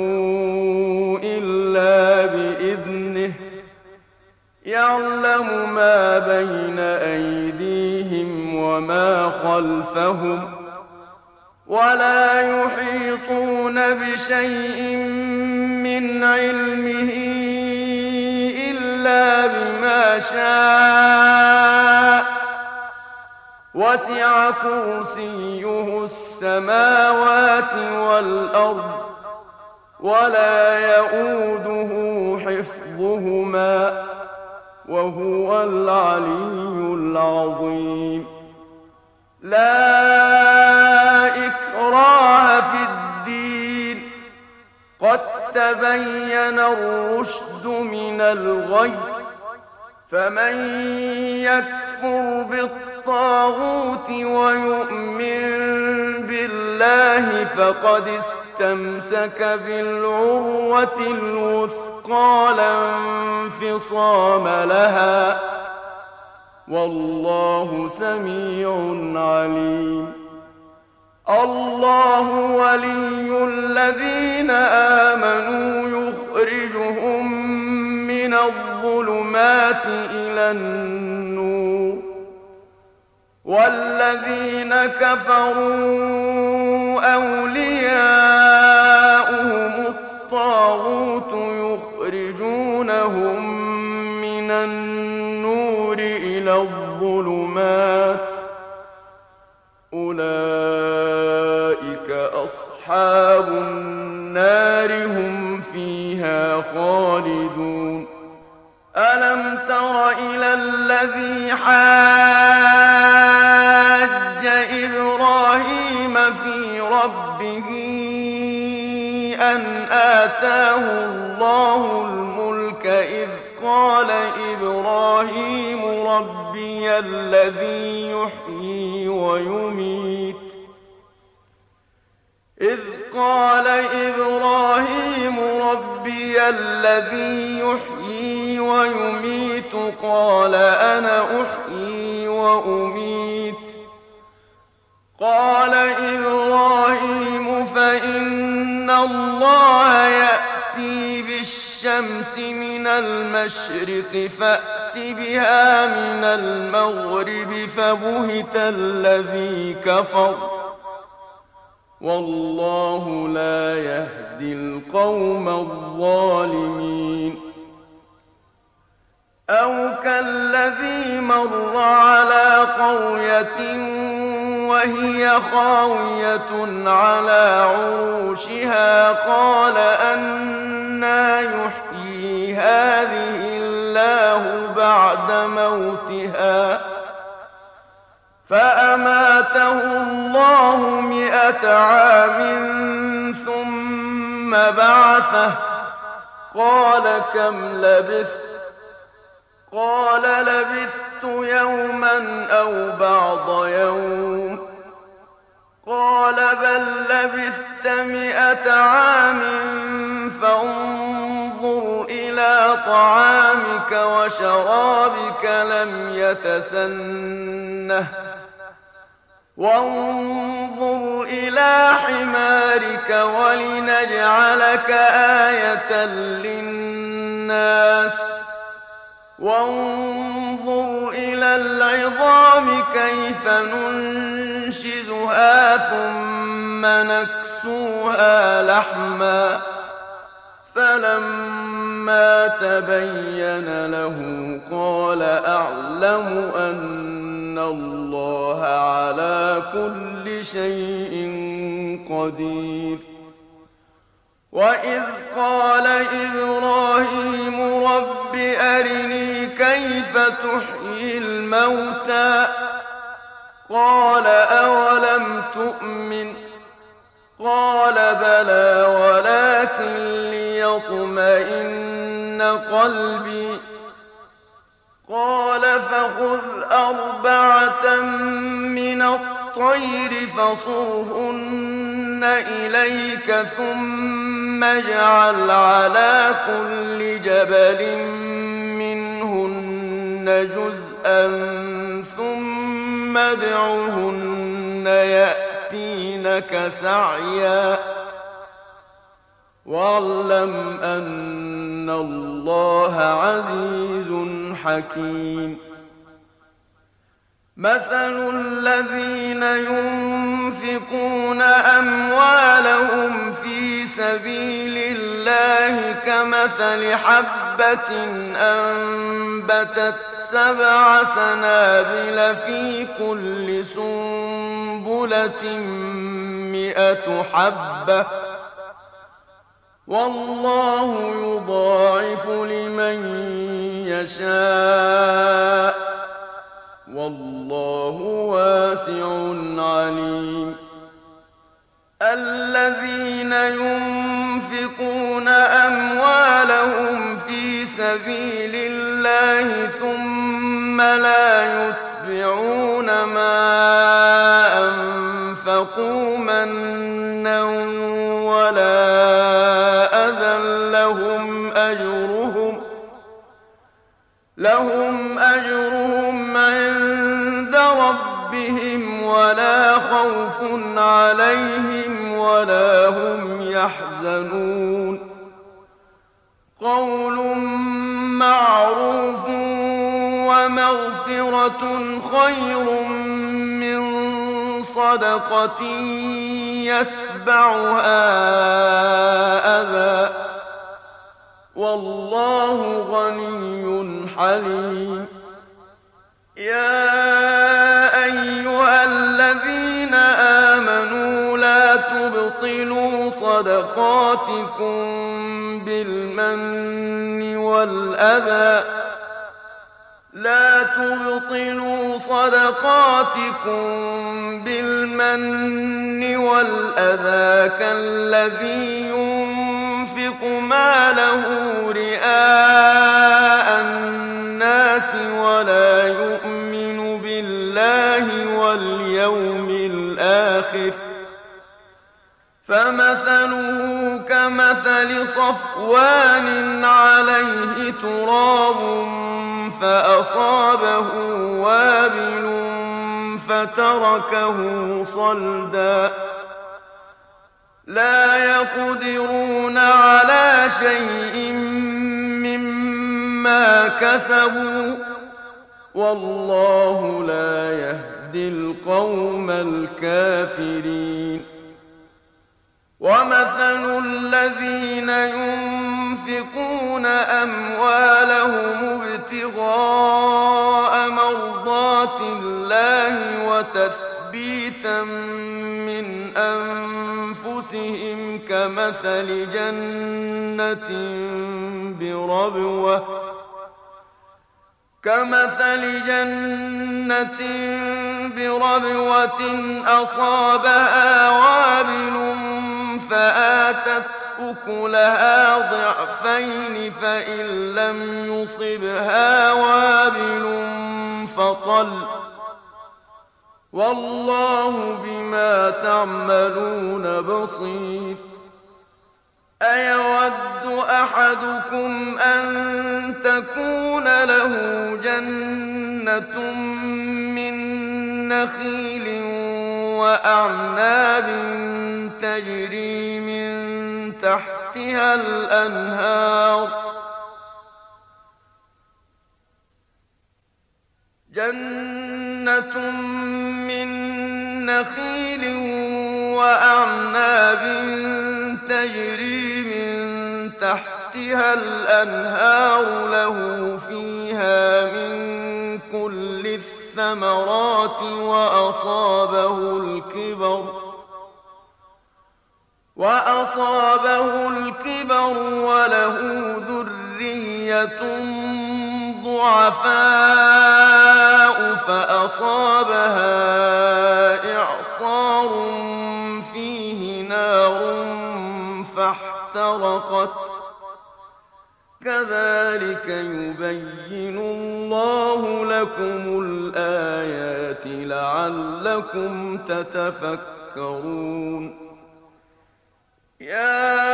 إلا بإذنه يعلم ما بين أيديهم وما خلفهم ولا يحيطون بشيء من علمه إلا بما شاء وسع كرسيه السماوات والأرض ولا يئوده حفظهما وهو العلي العظيم لا إكراه في الدين قد تبين الرشد من الغي فمن يكفر بالطاغوت ويؤمن بالله فقد استمسك بالعروة الوثقى لا انفصام لها والله سميع عليم الله ولي الذين آمنوا يخرجهم من الظلمات إلى النور والذين كفروا أولياؤهم الطاغوت يخرجونهم من النور إلى الظلمات أولئك أصحاب النار هم فيها خالدون ألم تر إلى الذي حاج إبراهيم في ربه أن آتاه الله الملك إذ قال إبراهيم ربي الذي يحيي ويميت قال أنا أحيي وأميت قال إبراهيم فإن الله يأتي بالشمس من المشرق فأت بها من المغرب فبهت الذي كفر والله لا يهدي القوم الظالمين أو كالذي مر على قرية وهي خاوية على عروشها قال أنى يحيي هذه الله بعد موتها فأماته الله 100 عام ثم بعثه قال كم لبثت قال لبثت يوما أو بعض يوم قال بل لبثت 100 عام فانظر إلى طعامك وشرابك لم يتسنه وانظر إلى حمارك ولنجعلك آية للناس وانظر إلى العظام كيف ننشزها ثم نكسوها لحما فلما تبين له قال أعلم أن الله على كل شيء قدير وإذ قال إبراهيم رب أرني كيف تحيي الموتى قال أولم تؤمن قال بلى ولكن ليطمئن قلبي قال فخذ 4 من الطير فصرهن إليك ثم اجعل على كل جبل منهن جزءا ثم ادعهن يأتينك سعيا واعلم أن الله عزيز حكيم مثل الذين ينفقون أموالهم في سبيل الله كمثل حبة أنبتت 7 سنابل في كل سنبلة 100 حبة والله يضاعف لمن يشاء والله واسع عليم. الذين ينفقون أموالهم في سبيل الله ثم لا يتبعون ما أنفقوا منا ولا أذى لهم أجرهم عند ربهم ولا خوف عليهم ولا هم يحزنون. قول معروف ومغفرة خير من صدقة يتبعها أذى والله غني حليم. يا أيها الذين آمنوا لا تبطلوا صدقاتكم بالمن والأذى كالذي ينفق ماله رئاء الناس ولا يؤمن بالله واليوم الآخر فمثله كمثل صفوان عليه تراب فأصابه وابل فتركه صلدا لا يقدرون على شيء مما كسبوا والله لا يهدي القوم الكافرين. ومثل الذين ينفقون أموالهم ابتغاء مرضات الله وتثبيتا من أنفسهم كمثل جنة بربوة أصابها وابل فآتت أكلها ضعفين فإن لم يصبها وابل فطل والله بما تعملون بصير. أيود أحدكم أن تكون له جنة من نخيل وأعناب تجري من تحتها الأنهار له فيها من كل الثمرات وأصابه الكبر وله ذرية ضعفاء فأصابها إعصار فيه نار فاحترقت كذلك يبين الله لكم الآيات لعلكم تتفكرون. يا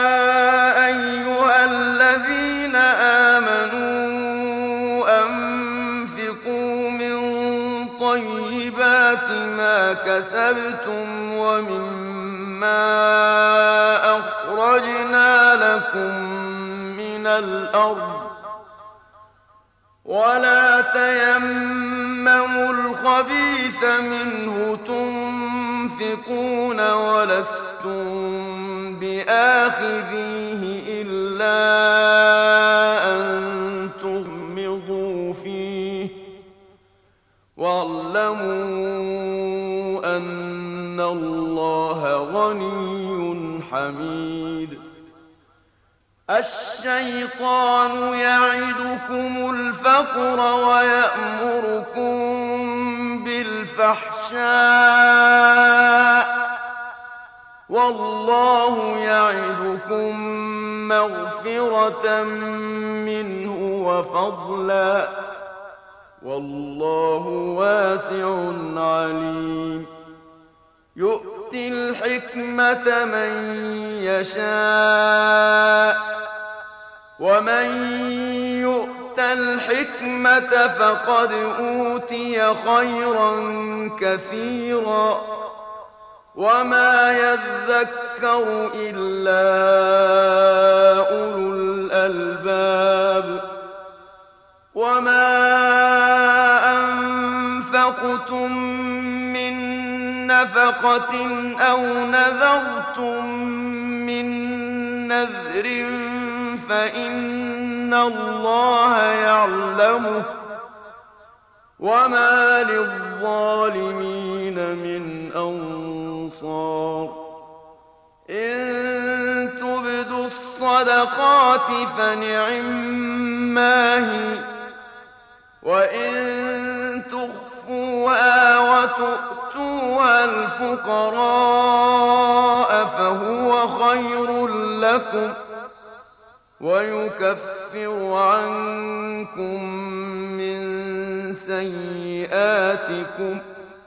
أيها الذين آمنوا أنفقوا من طيبات ما كسبتم ومما أخرجنا لكم من الأرض ولا تيمموا الخبيث الخبيث منه تنفقون ولستم بآخذيه إلا أن تغمضوا فيه واعلموا أن الله غني حميد. الشيطان يعدكم الفقر ويأمركم بالفحشاء والله يعدكم مغفرة منه وفضلا والله واسع عليم. يؤتي الحكمة من يشاء ومن يؤت الحكمة فقد أوتي خيرا كثيرا وما يذكر إلا أولو الألباب. وما أنفقتم من نفقة أو نذرتم من نذر فإن الله يعلمه وما للظالمين من أنصار. إن تبدوا الصدقات فنعما هي وإن تخفوها وتؤتوها الفقراء فهو خير لكم ويكفر عنكم من سيئاتكم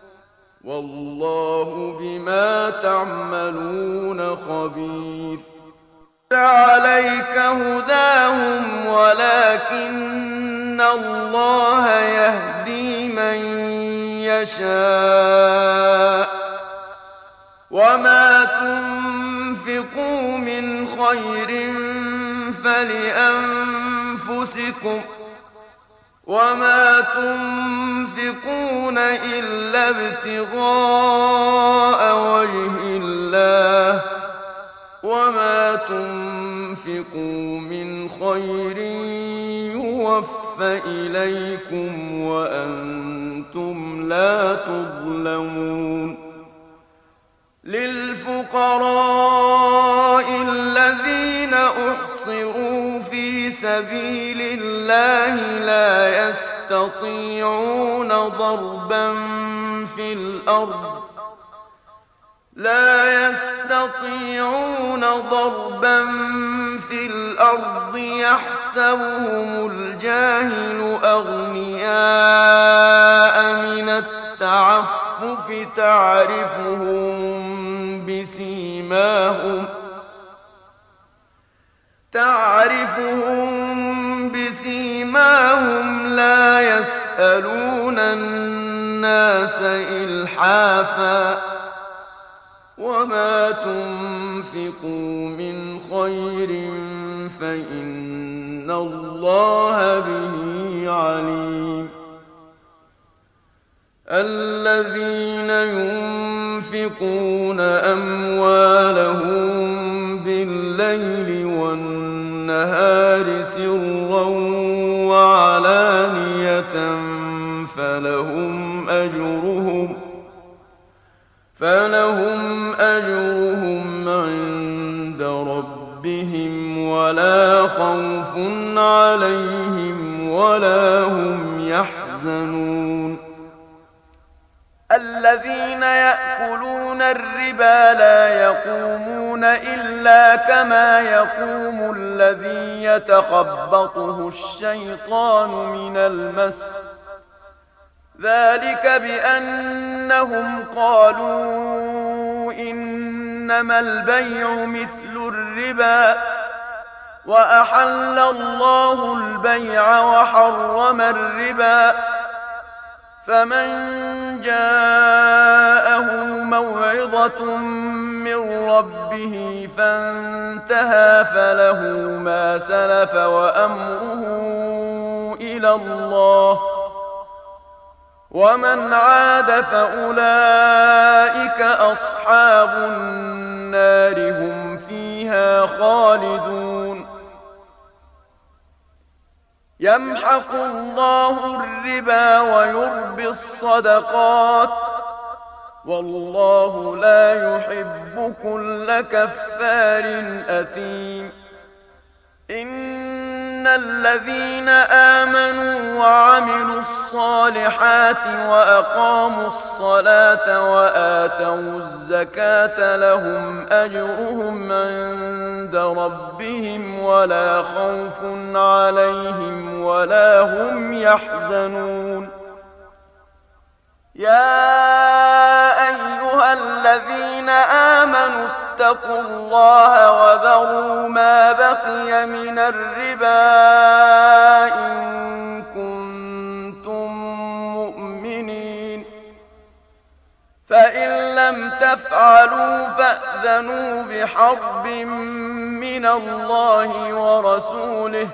والله بما تعملون خبير. عليك هداهم ولكن الله يهدي من يشاء وما تنفقوا من خير فلأنفسكم وما تنفقون إلا ابتغاء وجه الله وما تنفقوا من خير يوفى إليكم وأنتم لا تظلمون. للفقراء الذين أحصروا في سبيل الله لا يستطيعون ضربا في الأرض يحسبهم الجاهل أغنياء من التعفف تعرفهم بسيماهم لا يسألون الناس إلحافا وما تنفقوا من خير فإن الله به عليم. الذين ينفقون أموالهم بالليل والنهار سرا وعلانية فلهم أجرهم عند ربهم ولا خوف عليهم ولا هم يحزنون. الذين يأكلون الربا لا يقومون إلا كما يقوم الذي يتخبطه الشيطان من المس ذلك بأنهم قالوا إنما البيع مثل الربا وأحل الله البيع وحرم الربا فمن جاءه موعظة من ربه فانتهى فله ما سلف وأمره إلى الله ومن عاد فأولئك أصحاب النار هم فيها خالدون يمحق الله الربا ويربي الصدقات والله لا يحب كل كفار أثيم إن الذين آمنوا وعملوا الصالحات وأقاموا الصلاة وآتوا الزكاة لهم أجرهم عند ربهم ولا خوف عليهم ولا هم يحزنون يا أيها الذين آمنوا اتقوا الله وذروا ما بقي من الربا إن كنتم مؤمنين فإن لم تفعلوا فأذنوا بحرب من الله ورسوله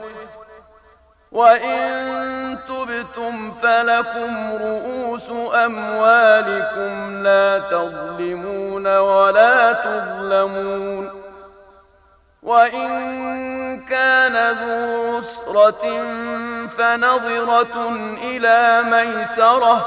وإن تبتم فلكم رؤوس أموالكم لا تظلمون ولا تظلمون وإن كان ذو عسرة فنظرة إلى ميسرة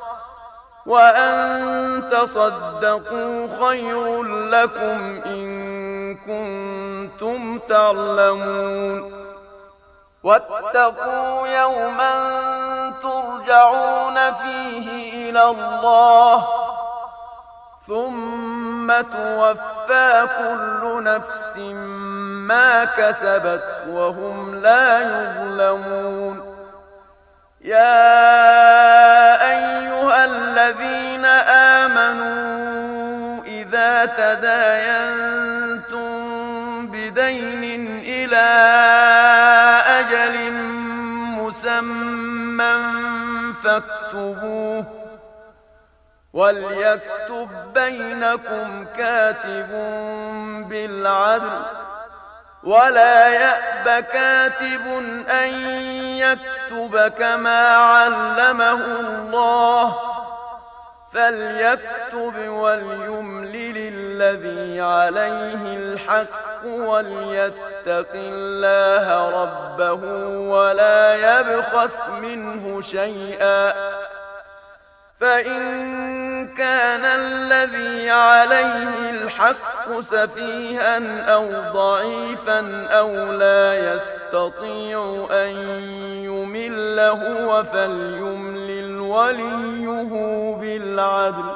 وأن تصدقوا خير لكم إن كنتم تعلمون واتقوا يوما ترجعون فيه إلى الله ثم توفى كل نفس ما كسبت وهم لا يظلمون يا أيها الذين آمنوا إذا تداينتم بدين إلى أجل مسمى فاكتبوه وليكتب بينكم كاتب بالعدل ولا يأب كاتب أن يكتب كما علمه الله فليكتب وليملل الذي عليه الحق وليتق الله ربه ولا يبخس منه شيئا فإن كان الذي عليه الحق سفيها أو ضعيفا أو لا يستطيع أن يمل هو فليملل وليه بالعدل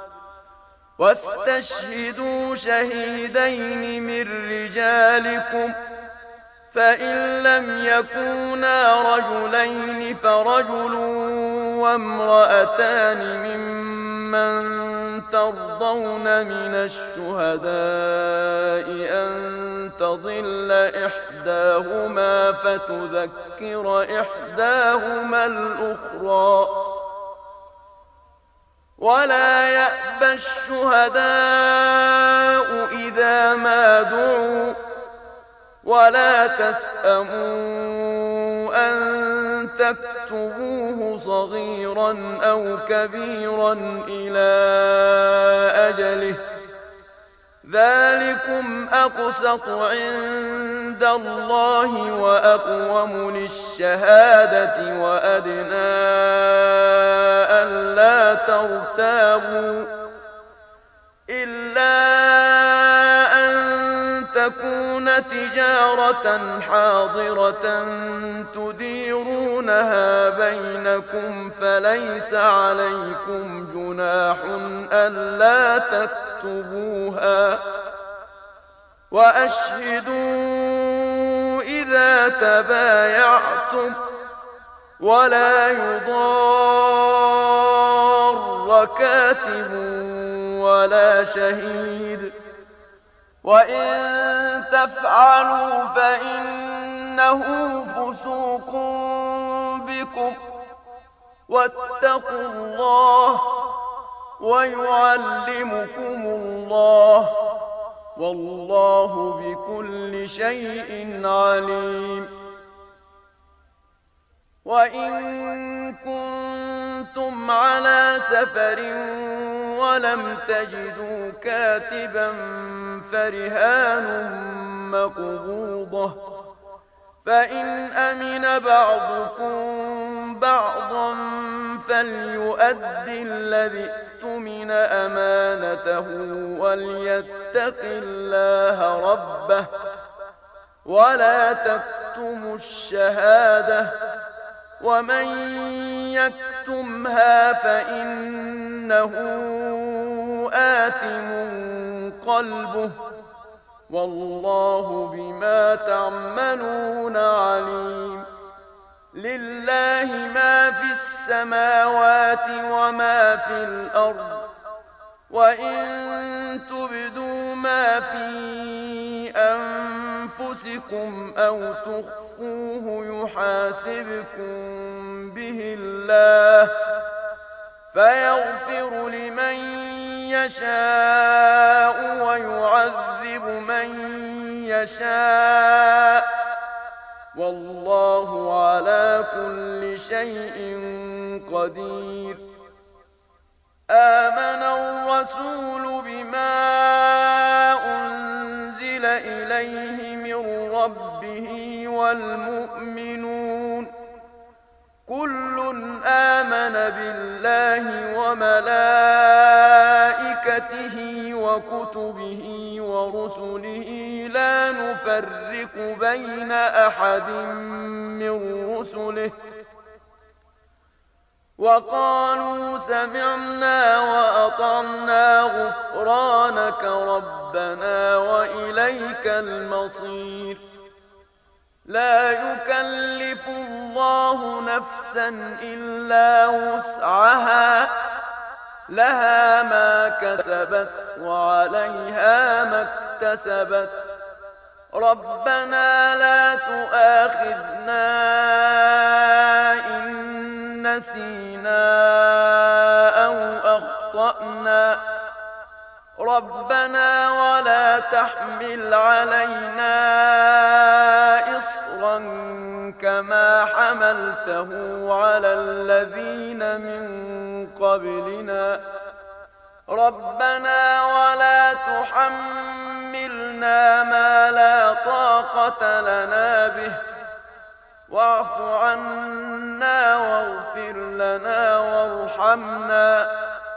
واستشهدوا شهيدين من رجالكم فإن لم يكونا رجلين فرجل وامرأتان ممن ترضون من الشهداء أن تضل إحداهما فتذكر إحداهما الأخرى ولا يأبى الشهداء إذا ما دعوا ولا تسأموا أن تكتبوه صغيرا أو كبيرا إلى أجله ذلكم أقسط عند الله وأقوم للشهادة وأدنى ألا ترتابوا إلا أن تكون تجارة حاضرة تديرونها بينكم فليس عليكم جناح ألا تكتبوها وأشهدوا إذا تبايعتم ولا يضار كاتب ولا شهيد وإن تفعلوا فإنه فسوق بكم واتقوا الله ويعلمكم الله والله بكل شيء عليم وإن كنتم على سفر ولم تجدوا كاتبا فرهان مقبوضة، فإن أمن بعضكم بعضا فليؤد الذي اؤتمن أمانته وليتق الله ربه ولا تكتموا الشهادة، ومن يكتمها فإنه آثم قلبه والله بما تعملون عليم. لله ما في السماوات وما في الأرض، وإن تبدوا ما في أنفسكم أو تخفوه يحاسبكم به الله فيغفر لمن يشاء ويعذب من يشاء والله على كل شيء قدير. آمن الرسول بما أنزل إليه من ربه والمؤمنون كل آمن بالله وملائكته وكتبه ورسله لا نفرق بين أحد من رسله وقالوا سمعنا وأطعنا غفرانك ربنا وإليك المصير. لا يكلف الله نفسا إلا وسعها لها ما كسبت وعليها ما اكتسبت ربنا لا تؤاخذنا إن نسينا أو أخطأنا ربنا ولا تحمل علينا إصرا كما حملته على الذين من قبلنا ربنا ولا تحملنا ما لا طاقة لنا به واعف عنا واغفر لنا وارحمنا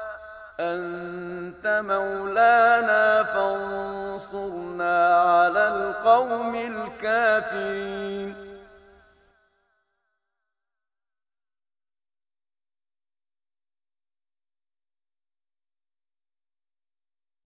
أنت مولانا فانصرنا على القوم الكافرين.